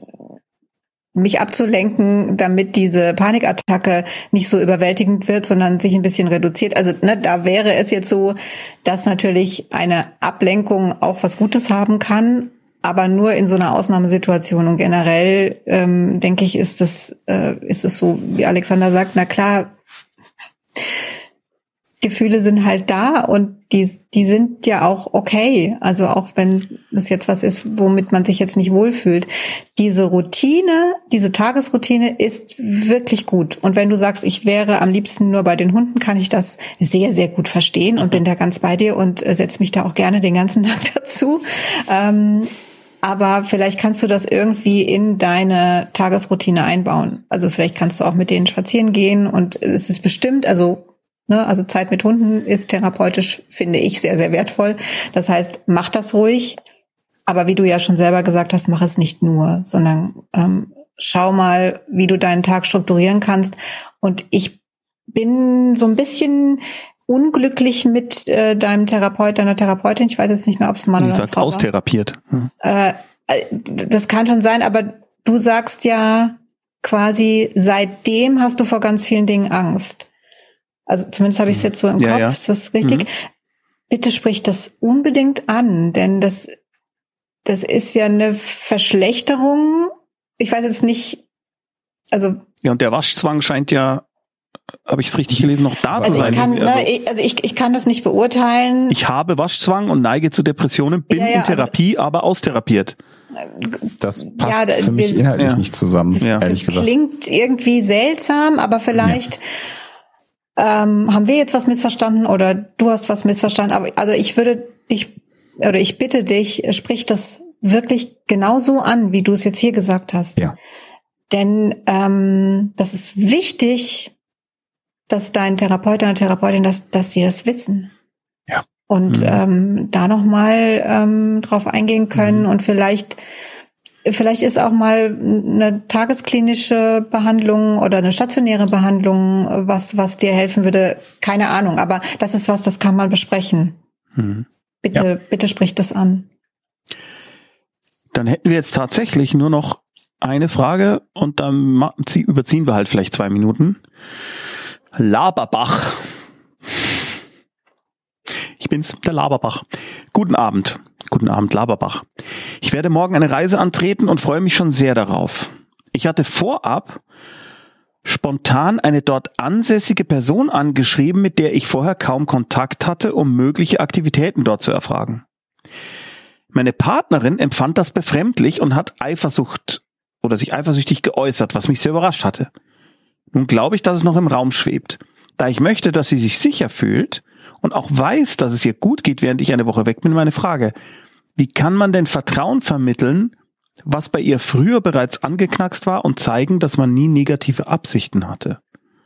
mich abzulenken, damit diese Panikattacke nicht so überwältigend wird, sondern sich ein bisschen reduziert. Also ne, da wäre es jetzt so, dass natürlich eine Ablenkung auch was Gutes haben kann, aber nur in so einer Ausnahmesituation. Und generell, ähm, denke ich, ist es, äh, ist es so, wie Alexander sagt, na klar, Gefühle sind halt da und die, die sind ja auch okay. Also auch wenn das jetzt was ist, womit man sich jetzt nicht wohlfühlt. Diese Routine, diese Tagesroutine ist wirklich gut. Und wenn du sagst, ich wäre am liebsten nur bei den Hunden, kann ich das sehr, sehr gut verstehen und bin da ganz bei dir und setze mich da auch gerne den ganzen Tag dazu. Ähm, aber vielleicht kannst du das irgendwie in deine Tagesroutine einbauen. Also vielleicht kannst du auch mit denen spazieren gehen und es ist bestimmt, also Ne, also Zeit mit Hunden ist therapeutisch, finde ich, sehr, sehr wertvoll. Das heißt, mach das ruhig. Aber wie du ja schon selber gesagt hast, mach es nicht nur, sondern ähm, schau mal, wie du deinen Tag strukturieren kannst. Und ich bin so ein bisschen unglücklich mit äh, deinem Therapeut, deiner Therapeutin. Ich weiß jetzt nicht mehr, ob es ein Mann oder eine Frau war.
Austherapiert. Hm.
Äh, das kann schon sein, aber du sagst ja quasi, seitdem hast du vor ganz vielen Dingen Angst. Also zumindest habe ich es jetzt so im
ja,
Kopf,
ja.
ist das richtig? Mhm. Bitte sprich das unbedingt an, denn das, das ist ja eine Verschlechterung. Ich weiß jetzt nicht, also...
Ja, und der Waschzwang scheint ja, habe ich es richtig gelesen, noch da
also
zu sein.
Ich kann,
also,
ne, ich, also ich, ich kann das nicht beurteilen.
Ich habe Waschzwang und neige zu Depressionen, bin ja, ja, in Therapie, also, aber austherapiert.
Das passt
ja,
für mich wir, inhaltlich ja. nicht zusammen,
das,
ehrlich
das
gesagt.
Klingt irgendwie seltsam, aber vielleicht... Ja. Ähm, haben wir jetzt was missverstanden oder du hast was missverstanden? Aber also ich würde dich oder ich bitte dich, sprich das wirklich genauso an, wie du es jetzt hier gesagt hast.
Ja.
Denn ähm, das ist wichtig, dass dein Therapeut, deine Therapeutin, dass, dass sie das wissen.
Ja.
Und mhm. ähm, da nochmal ähm, drauf eingehen können mhm. und vielleicht Vielleicht ist auch mal eine tagesklinische Behandlung oder eine stationäre Behandlung, was was dir helfen würde. Keine Ahnung, aber das ist was, das kann man besprechen. Hm. Bitte, ja. bitte sprich das an.
Dann hätten wir jetzt tatsächlich nur noch eine Frage und dann überziehen wir halt vielleicht zwei Minuten. Laberbach. Ich bin's, der Laberbach. Guten Abend. Guten Abend, Laberbach. Ich werde morgen eine Reise antreten und freue mich schon sehr darauf. Ich hatte vorab spontan eine dort ansässige Person angeschrieben, mit der ich vorher kaum Kontakt hatte, um mögliche Aktivitäten dort zu erfragen. Meine Partnerin empfand das befremdlich und hat Eifersucht oder sich eifersüchtig geäußert, was mich sehr überrascht hatte. Nun glaube ich, dass es noch im Raum schwebt. Da ich möchte, dass sie sich sicher fühlt und auch weiß, dass es ihr gut geht, während ich eine Woche weg bin, meine Frage: Wie kann man denn Vertrauen vermitteln, was bei ihr früher bereits angeknackst war, und zeigen, dass man nie negative Absichten hatte?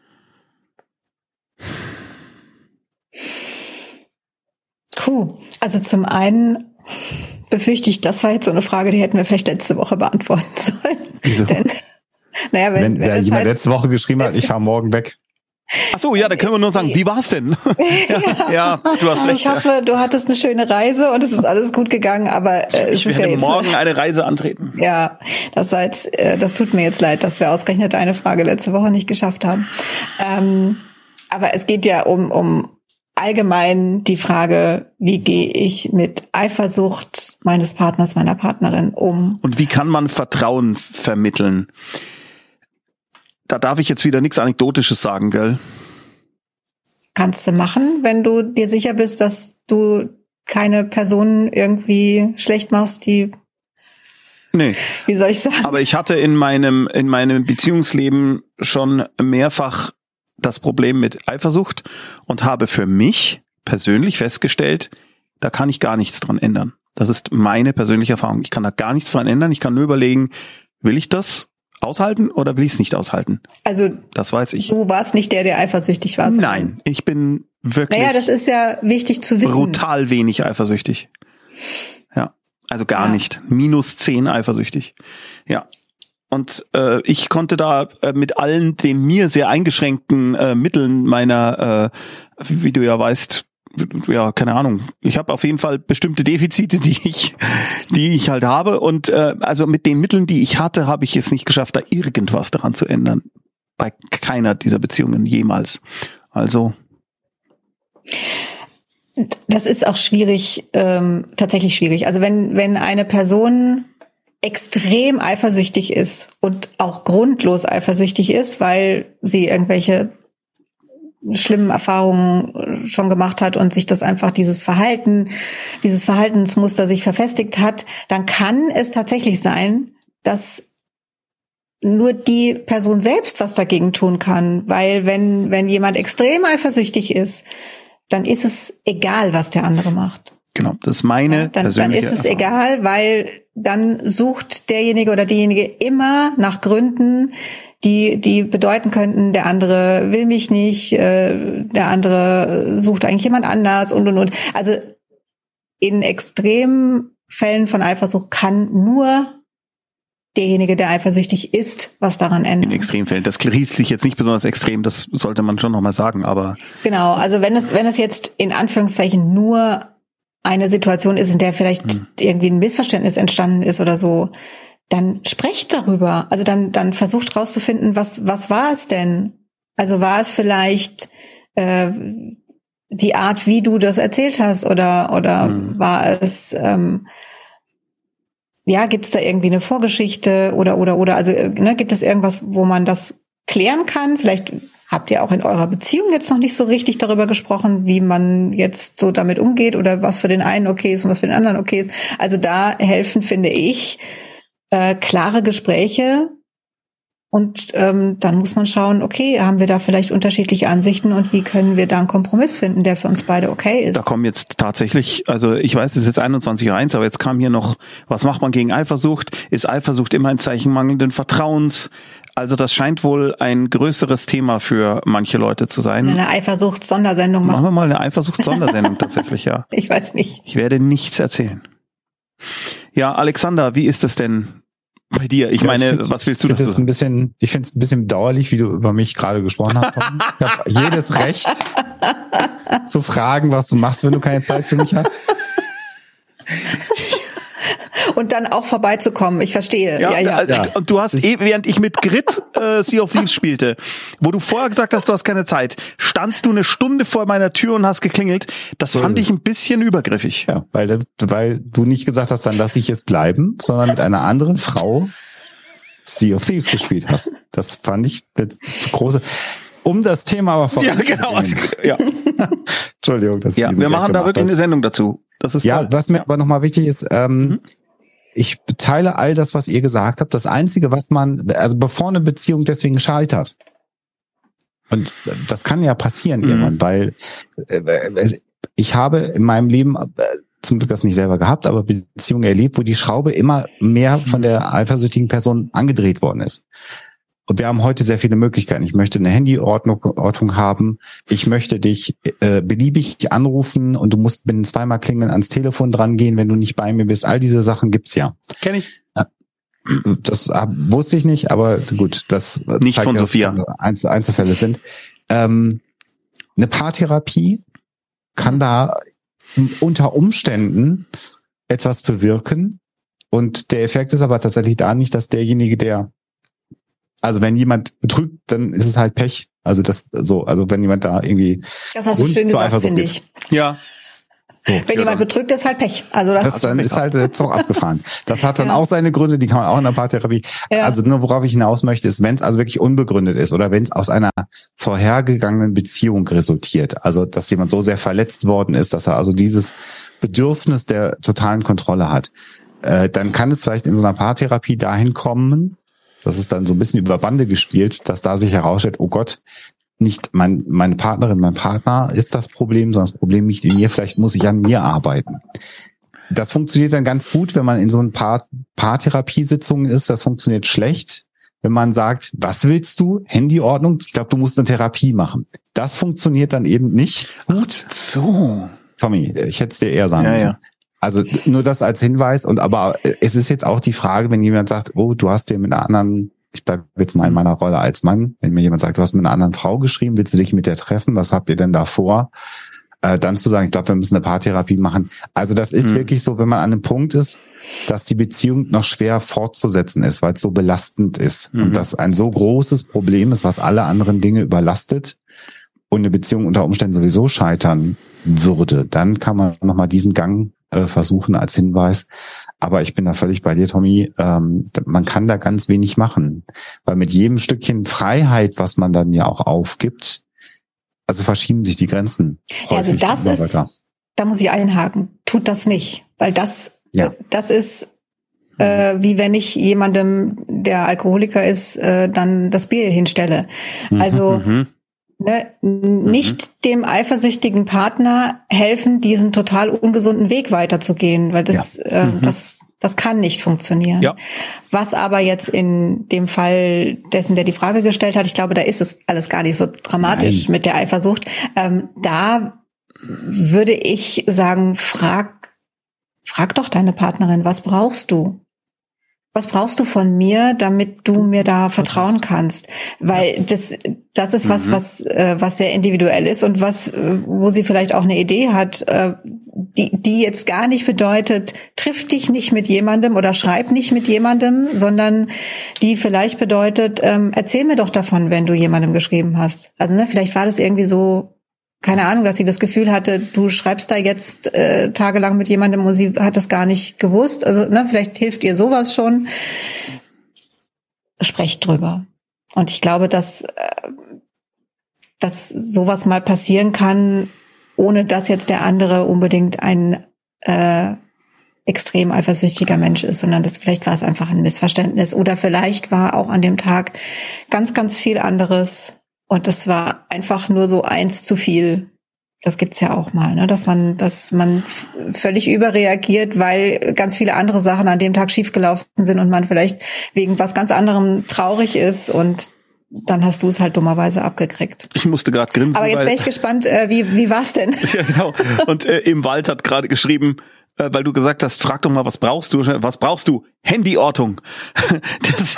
Puh, also zum einen befürchte ich, das war jetzt so eine Frage, die hätten wir vielleicht letzte Woche beantworten sollen.
Wieso?
Denn, naja, wenn,
wenn, wenn das jemand heißt, letzte Woche geschrieben hat, ich fahre morgen weg.
Ach so, ja, da können wir nur sagen, wie war's denn? ja, ja, du hast recht.
Ich hoffe, du hattest eine schöne Reise und es ist alles gut gegangen, aber äh,
ich
es
werde
ist ja jetzt
morgen eine Reise antreten.
Ja, das sei jetzt, äh, das tut mir jetzt leid, dass wir ausgerechnet eine Frage letzte Woche nicht geschafft haben. Ähm, aber es geht ja um um allgemein die Frage, wie gehe ich mit Eifersucht meines Partners, meiner Partnerin um?
Und wie kann man Vertrauen vermitteln? Da darf ich jetzt wieder nichts Anekdotisches sagen, gell?
Kannst du machen, wenn du dir sicher bist, dass du keine Personen irgendwie schlecht machst, die...
Nee.
Wie soll ich sagen?
Aber ich hatte in meinem, in meinem Beziehungsleben schon mehrfach das Problem mit Eifersucht und habe für mich persönlich festgestellt, da kann ich gar nichts dran ändern. Das ist meine persönliche Erfahrung. Ich kann da gar nichts dran ändern. Ich kann nur überlegen, will ich das aushalten oder will ich es nicht aushalten?
Also,
das weiß ich.
Du warst nicht der, der eifersüchtig war.
Nein, ich bin wirklich...
Naja, das ist ja wichtig zu wissen.
Brutal wenig eifersüchtig. Ja, also gar ja. nicht. Minus zehn eifersüchtig. Ja. Und äh, ich konnte da äh, mit allen den mir sehr eingeschränkten äh, Mitteln meiner, äh, wie du ja weißt, ja, keine Ahnung. Ich habe auf jeden Fall bestimmte Defizite, die ich, die ich halt habe. Und äh, also mit den Mitteln, die ich hatte, habe ich es nicht geschafft, da irgendwas daran zu ändern. Bei keiner dieser Beziehungen jemals. Also.
Das ist auch schwierig, ähm, tatsächlich schwierig. Also wenn wenn eine Person extrem eifersüchtig ist und auch grundlos eifersüchtig ist, weil sie irgendwelche schlimmen Erfahrungen schon gemacht hat und sich das einfach dieses Verhalten, dieses Verhaltensmuster sich verfestigt hat, dann kann es tatsächlich sein, dass nur die Person selbst was dagegen tun kann, weil wenn wenn jemand extrem eifersüchtig ist, dann ist es egal, was der andere macht.
Genau, das ist meine
ja, dann,
persönliche
dann ist es
Erfahrung.
egal, weil dann sucht derjenige oder diejenige immer nach Gründen, die die bedeuten könnten, der andere will mich nicht, äh, der andere sucht eigentlich jemand anders und und und. Also in extremen Fällen von Eifersucht kann nur derjenige, der eifersüchtig ist, was daran ändern.
In Extremfällen. Das liest sich jetzt nicht besonders extrem, das sollte man schon nochmal sagen, aber.
Genau, also wenn es, wenn es jetzt in Anführungszeichen nur eine Situation ist, in der vielleicht hm. irgendwie ein Missverständnis entstanden ist oder so, dann sprecht darüber. Also dann, dann versucht rauszufinden, was, was war es denn? Also war es vielleicht, äh, die Art, wie du das erzählt hast, oder, oder hm. war es, ähm, ja, gibt es da irgendwie eine Vorgeschichte oder oder oder also ne, gibt es irgendwas, wo man das klären kann? Vielleicht habt ihr auch in eurer Beziehung jetzt noch nicht so richtig darüber gesprochen, wie man jetzt so damit umgeht oder was für den einen okay ist und was für den anderen okay ist. Also da helfen, finde ich, äh, klare Gespräche. Und ähm, dann muss man schauen, okay, haben wir da vielleicht unterschiedliche Ansichten und wie können wir da einen Kompromiss finden, der für uns beide okay ist?
Da kommen jetzt tatsächlich, also ich weiß, es ist jetzt einundzwanzig Uhr eins, aber jetzt kam hier noch, was macht man gegen Eifersucht? Ist Eifersucht immer ein Zeichen mangelnden Vertrauens? Also das scheint wohl ein größeres Thema für manche Leute zu sein.
Eine Eifersuchts-Sondersendung machen.
Machen wir mal eine Eifersuchts-Sondersendung tatsächlich, ja.
Ich weiß nicht.
Ich werde nichts erzählen. Ja, Alexander, wie ist es denn bei dir? Ich ja, meine, ich find, was willst du dazu sagen?
Ein bisschen, ich finde es ein bisschen bedauerlich, wie du über mich gerade gesprochen hast. Ich habe jedes Recht zu fragen, was du machst, wenn du keine Zeit für mich hast.
Und dann auch vorbeizukommen, ich verstehe. Ja, ja,
ja. Und du hast eh, während ich mit Grit äh, Sea of Thieves spielte, wo du vorher gesagt hast, du hast keine Zeit, standst du eine Stunde vor meiner Tür und hast geklingelt. Das fand ich ein bisschen übergriffig.
Ja, weil, weil du nicht gesagt hast, dann lass ich es bleiben, sondern mit einer anderen Frau Sea of Thieves gespielt hast. Das fand ich das große... Um das Thema aber voran.
Ja, genau. Ja.
Entschuldigung, das
ja, wir machen da wirklich
hast.
eine Sendung dazu. Das ist
ja,
toll.
was mir
ja.
aber nochmal wichtig ist, ähm, mhm. ich teile all das, was ihr gesagt habt. Das Einzige, was man, also bevor eine Beziehung deswegen scheitert, und das kann ja passieren mhm. irgendwann, weil äh, ich habe in meinem Leben äh, zum Glück das nicht selber gehabt, aber Beziehungen erlebt, wo die Schraube immer mehr von der eifersüchtigen Person angedreht worden ist. Und wir haben heute sehr viele Möglichkeiten. Ich möchte eine Handyordnung Ordnung haben. Ich möchte dich äh, beliebig anrufen und du musst binnen zweimal klingeln ans Telefon dran gehen, wenn du nicht bei mir bist. All diese Sachen gibt's ja.
Kenn ich.
Das äh, wusste ich nicht, aber gut, das
nicht
zeigt,
von
dass
Sophia.
Einzel- Einzelfälle sind. Ähm, eine Paartherapie kann da unter Umständen etwas bewirken. Und der Effekt ist aber tatsächlich da nicht, dass derjenige, der Also wenn jemand betrügt, dann ist es halt Pech. Also das so, also wenn jemand da irgendwie.
Das hast du schön gesagt, finde ich.
Ja.
So, wenn ja, jemand betrügt, ist halt Pech. Also das,
das dann ist halt jetzt auch abgefahren. Das hat dann ja. auch seine Gründe, die kann man auch in der Paartherapie. Ja. Also nur worauf ich hinaus möchte, ist, wenn es also wirklich unbegründet ist oder wenn es aus einer vorhergegangenen Beziehung resultiert. Also dass jemand so sehr verletzt worden ist, dass er also dieses Bedürfnis der totalen Kontrolle hat, äh, dann kann es vielleicht in so einer Paartherapie dahin kommen. Das ist dann so ein bisschen über Bande gespielt, dass da sich herausstellt, oh Gott, nicht mein, meine Partnerin, mein Partner ist das Problem, sondern das Problem liegt in mir, vielleicht muss ich an mir arbeiten. Das funktioniert dann ganz gut, wenn man in so ein paar Paartherapiesitzungen ist. Das funktioniert schlecht, wenn man sagt, was willst du? Handyordnung? Ich glaube, du musst eine Therapie machen. Das funktioniert dann eben nicht gut.
So.
Tommy, ich hätte es dir eher sagen
ja,
müssen.
Ja.
Also nur das als Hinweis und aber es ist jetzt auch die Frage, wenn jemand sagt, oh, du hast dir mit einer anderen, ich bleibe jetzt mal in meiner Rolle als Mann, wenn mir jemand sagt, du hast mit einer anderen Frau geschrieben, willst du dich mit der treffen, was habt ihr denn da vor? Äh, dann zu sagen, ich glaube, wir müssen eine Paartherapie machen. Also das ist mhm. wirklich so, wenn man an einem Punkt ist, dass die Beziehung noch schwer fortzusetzen ist, weil es so belastend ist mhm. und das ein so großes Problem ist, was alle anderen Dinge überlastet und eine Beziehung unter Umständen sowieso scheitern würde, dann kann man nochmal diesen Gang versuchen als Hinweis. Aber ich bin da völlig bei dir, Tommy. Ähm, man kann da ganz wenig machen, weil mit jedem Stückchen Freiheit, was man dann ja auch aufgibt, also verschieben sich die Grenzen.
Ja, also das ist, da muss ich einhaken, tut das nicht, weil das,
ja.
das ist äh, wie wenn ich jemandem, der Alkoholiker ist, äh, dann das Bier hinstelle.
Mhm,
also
mhm.
Ne, nicht mhm. dem eifersüchtigen Partner helfen, diesen total ungesunden Weg weiterzugehen, weil das, ja. mhm. äh, das, das kann nicht funktionieren.
Ja.
Was aber jetzt in dem Fall dessen, der die Frage gestellt hat, ich glaube, da ist es alles gar nicht so dramatisch Nein. mit der Eifersucht. Ähm, da würde ich sagen, frag, frag doch deine Partnerin, was brauchst du? Was brauchst du von mir, damit du mir da vertrauen kannst? Weil das, das ist was, mhm. was, äh, was sehr individuell ist und was, äh, wo sie vielleicht auch eine Idee hat, äh, die, die jetzt gar nicht bedeutet, triff dich nicht mit jemandem oder schreib nicht mit jemandem, sondern die vielleicht bedeutet, ähm, erzähl mir doch davon, wenn du jemandem geschrieben hast. Also, ne, vielleicht war das irgendwie so, keine Ahnung, dass sie das Gefühl hatte, du schreibst da jetzt äh, tagelang mit jemandem und sie hat das gar nicht gewusst. Also, ne, vielleicht hilft ihr sowas schon. Sprecht drüber. Und ich glaube, dass, äh, dass sowas mal passieren kann, ohne dass jetzt der andere unbedingt ein äh, extrem eifersüchtiger Mensch ist, sondern das vielleicht war es einfach ein Missverständnis. Oder vielleicht war auch an dem Tag ganz, ganz viel anderes. Und das war einfach nur so eins zu viel. Das gibt's ja auch mal, ne? Dass man, dass man f- völlig überreagiert, weil ganz viele andere Sachen an dem Tag schiefgelaufen sind und man vielleicht wegen was ganz anderem traurig ist und dann hast du es halt dummerweise abgekriegt.
Ich musste gerade grinsen.
Aber jetzt wäre ich gespannt, äh, wie wie war's denn?
Ja, genau. Und äh, im Wald hat gerade geschrieben, äh, weil du gesagt hast, frag doch mal, was brauchst du? Was brauchst du? Handyortung. Das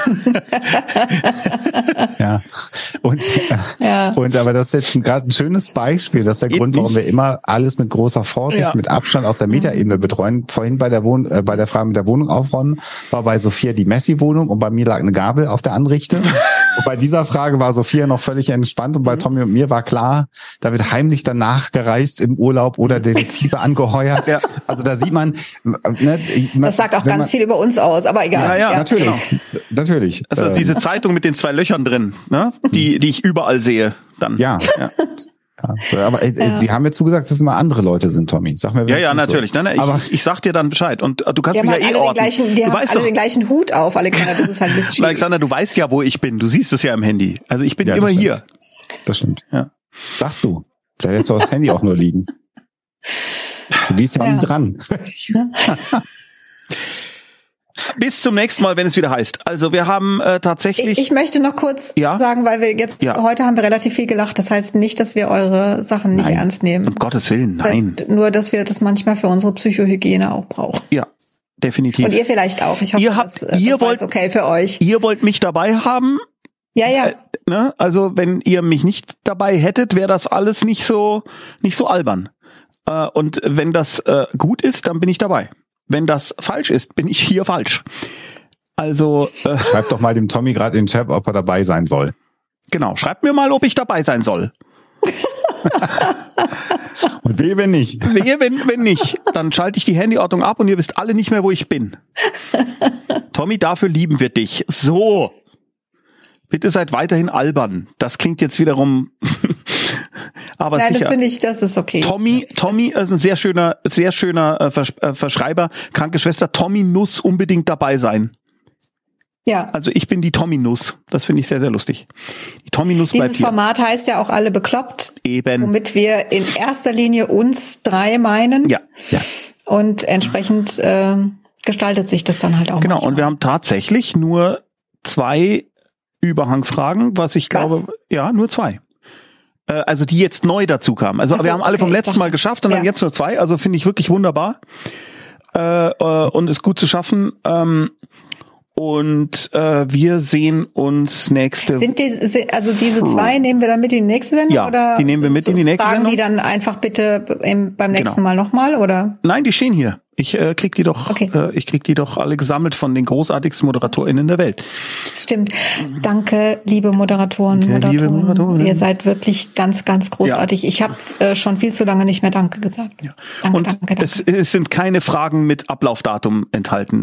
ja. Und,
ja.
und aber das ist jetzt gerade ein schönes Beispiel. Das ist der Geht Grund, warum nicht. wir immer alles mit großer Vorsicht, ja. mit Abstand aus der Metaebene betreuen. Vorhin bei der Wohn äh, bei der Frage mit der Wohnung aufräumen war bei Sophia die Messi-Wohnung und bei mir lag eine Gabel auf der Anrichte. Und bei dieser Frage war Sophia noch völlig entspannt und bei Tommy und mir war klar, da wird heimlich danach gereist im Urlaub oder Detektive angeheuert. Ja. Also da sieht man, ne, man,
das sagt auch ganz man, viel über uns aus, aber egal.
Ja, ja, ja.
natürlich, genau. natürlich.
Also ähm, diese Zeitung mit den zwei Löchern drin, ne, die die ich überall sehe, dann.
Ja. ja. Ja, aber äh, ja. Sie haben mir zugesagt, dass es immer andere Leute sind, Tommy. Sag mir,
ja, ja, natürlich. Nein, nein,
aber
ich, ich sag dir dann Bescheid. Und äh, du kannst
die
mich ja eh orten.
Gleichen, die
du
haben
weißt
alle
doch,
den gleichen Hut auf, Alexander. Das ist halt ein bisschen schwierig.
Alexander, du weißt ja, wo ich bin. Du siehst es ja im Handy. Also ich bin
ja,
immer
das
hier.
Das stimmt.
Ja.
Sagst du. Da lässt du das Handy auch nur liegen. Du gehst ja nie dran.
Bis zum nächsten Mal, wenn es wieder heißt. Also wir haben äh, tatsächlich...
Ich, ich möchte noch kurz
ja?
sagen, weil wir jetzt, ja. heute haben wir relativ viel gelacht. Das heißt nicht, dass wir eure Sachen nicht
nein.
ernst nehmen.
Um Gottes Willen,
das
nein.
Heißt nur, dass wir das manchmal für unsere Psychohygiene auch brauchen.
Ja, definitiv.
Und ihr vielleicht auch. Ich hoffe,
ihr habt,
das, das
ihr
war
wollt,
jetzt okay für euch.
Ihr wollt mich dabei haben?
Ja, ja.
Äh, ne? Also wenn ihr mich nicht dabei hättet, wäre das alles nicht so nicht so albern. Äh, und wenn das äh, gut ist, dann bin ich dabei. Wenn das falsch ist, bin ich hier falsch. Also äh,
schreibt doch mal dem Tommy gerade in den Chat, ob er dabei sein soll.
Genau, schreibt mir mal, ob ich dabei sein soll.
Und wehe, wenn nicht.
Wehe, wenn, wenn nicht. Dann schalte ich die Handyortung ab und ihr wisst alle nicht mehr, wo ich bin. Tommy, dafür lieben wir dich. So. Bitte seid weiterhin albern. Das klingt jetzt wiederum... Aber
Nein,
sicher.
das finde ich, das ist okay.
Tommy, Tommy ist ein sehr schöner, sehr schöner äh, Vers- äh, Verschreiber. Kranke Schwester, Tommy Nuss unbedingt dabei sein.
Ja.
Also ich bin die Tommy Nuss. Das finde ich sehr, sehr lustig. Die Tommy Nuss bleibt
Dieses
hier.
Format heißt ja auch alle bekloppt.
Eben.
Womit wir in erster Linie uns drei meinen.
Ja. ja.
Und entsprechend äh, gestaltet sich das dann halt auch.
Genau.
manchmal.
Und wir haben tatsächlich nur zwei Überhangfragen, was ich glaube,
was?
ja, nur zwei. Also die jetzt neu dazu kamen. Also so, wir haben alle okay, vom letzten Mal geschafft und ja. dann jetzt nur zwei. Also finde ich wirklich wunderbar äh, äh, und ist gut zu schaffen. Ähm, und äh, wir sehen uns nächste.
Sind die, also diese zwei nehmen wir dann mit in die nächste Sendung?
Ja,
oder
die nehmen wir mit
so
in die nächste
Fragen
Sendung.
Die dann einfach bitte im, beim nächsten genau. Mal nochmal, oder?
Nein, die stehen hier. Ich äh, krieg die doch,
okay.
äh, ich krieg die doch alle gesammelt von den großartigsten ModeratorInnen der Welt.
Stimmt. Danke, liebe Moderatoren,
Danke,
Moderatoren.
Liebe Moderatoren.
Ihr seid wirklich ganz, ganz großartig. Ja. Ich habe äh, schon viel zu lange nicht mehr Danke gesagt.
Ja.
Danke,
Und
danke, danke.
Es, es sind keine Fragen mit Ablaufdatum enthalten.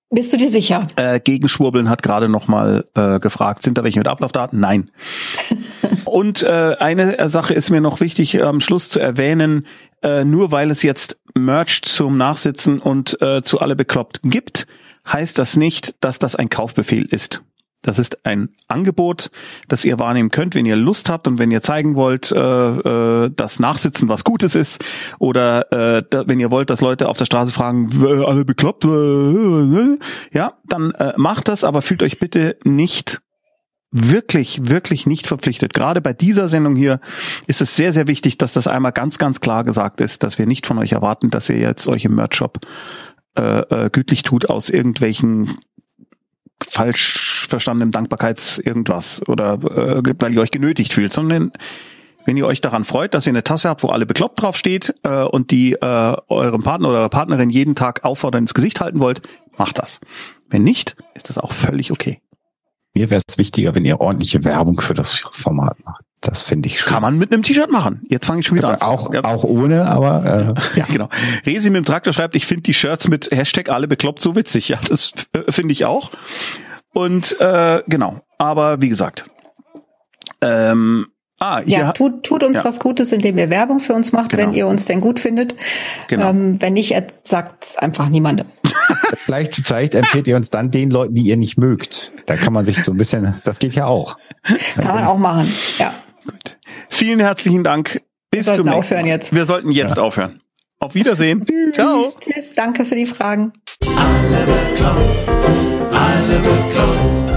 Bist du dir sicher?
Äh, Gegenschwurbeln hat gerade noch mal äh, gefragt, sind da welche mit Ablaufdaten? Nein. Und äh, eine Sache ist mir noch wichtig am Schluss zu erwähnen, äh, nur weil es jetzt Merch zum Nachsitzen und äh, zu alle bekloppt gibt, heißt das nicht, dass das ein Kaufbefehl ist. Das ist ein Angebot, das ihr wahrnehmen könnt, wenn ihr Lust habt und wenn ihr zeigen wollt, äh, äh, dass Nachsitzen was Gutes ist oder äh, da, wenn ihr wollt, dass Leute auf der Straße fragen, alle bekloppt, äh, ja, dann äh, macht das, aber fühlt euch bitte nicht wirklich, wirklich nicht verpflichtet. Gerade bei dieser Sendung hier ist es sehr, sehr wichtig, dass das einmal ganz, ganz klar gesagt ist, dass wir nicht von euch erwarten, dass ihr jetzt euch im Merch-Shop äh, äh, gütlich tut aus irgendwelchen falsch verstandenem Dankbarkeits irgendwas oder äh, weil ihr euch genötigt fühlt, sondern wenn ihr euch daran freut, dass ihr eine Tasse habt, wo alle bekloppt drauf steht äh, und die äh, eurem Partner oder eurer Partnerin jeden Tag auffordern ins Gesicht halten wollt, macht das. Wenn nicht, ist das auch völlig okay.
Mir wäre es wichtiger, wenn ihr ordentliche Werbung für das Format macht. Das finde ich schön.
Kann man mit einem T-Shirt machen. Jetzt fange ich schon wieder an.
Auch,
ja.
auch ohne, aber äh,
ja, genau. Resi mit dem Traktor schreibt, ich finde die Shirts mit Hashtag alle bekloppt so witzig. Ja, das äh, finde ich auch. Und äh, genau. Aber wie gesagt. Ähm, ah,
ja,
hier,
tut, tut uns
ja.
was Gutes, indem ihr Werbung für uns macht,
Genau.
wenn ihr uns denn gut findet.
Genau.
Ähm, wenn nicht, sagt's einfach niemandem.
vielleicht, vielleicht empfehlt ihr uns dann den Leuten, die ihr nicht mögt. Da kann man sich so ein bisschen, das geht ja auch.
Kann man auch machen, ja.
Gut. Vielen herzlichen Dank. Bis
Wir
zum
sollten
nächsten
aufhören
Mal.
jetzt.
Wir sollten jetzt ja. aufhören. Auf Wiedersehen.
Tschüss.
Ciao.
Tschüss. Danke für die Fragen.
Alle bekloppt, alle bekloppt.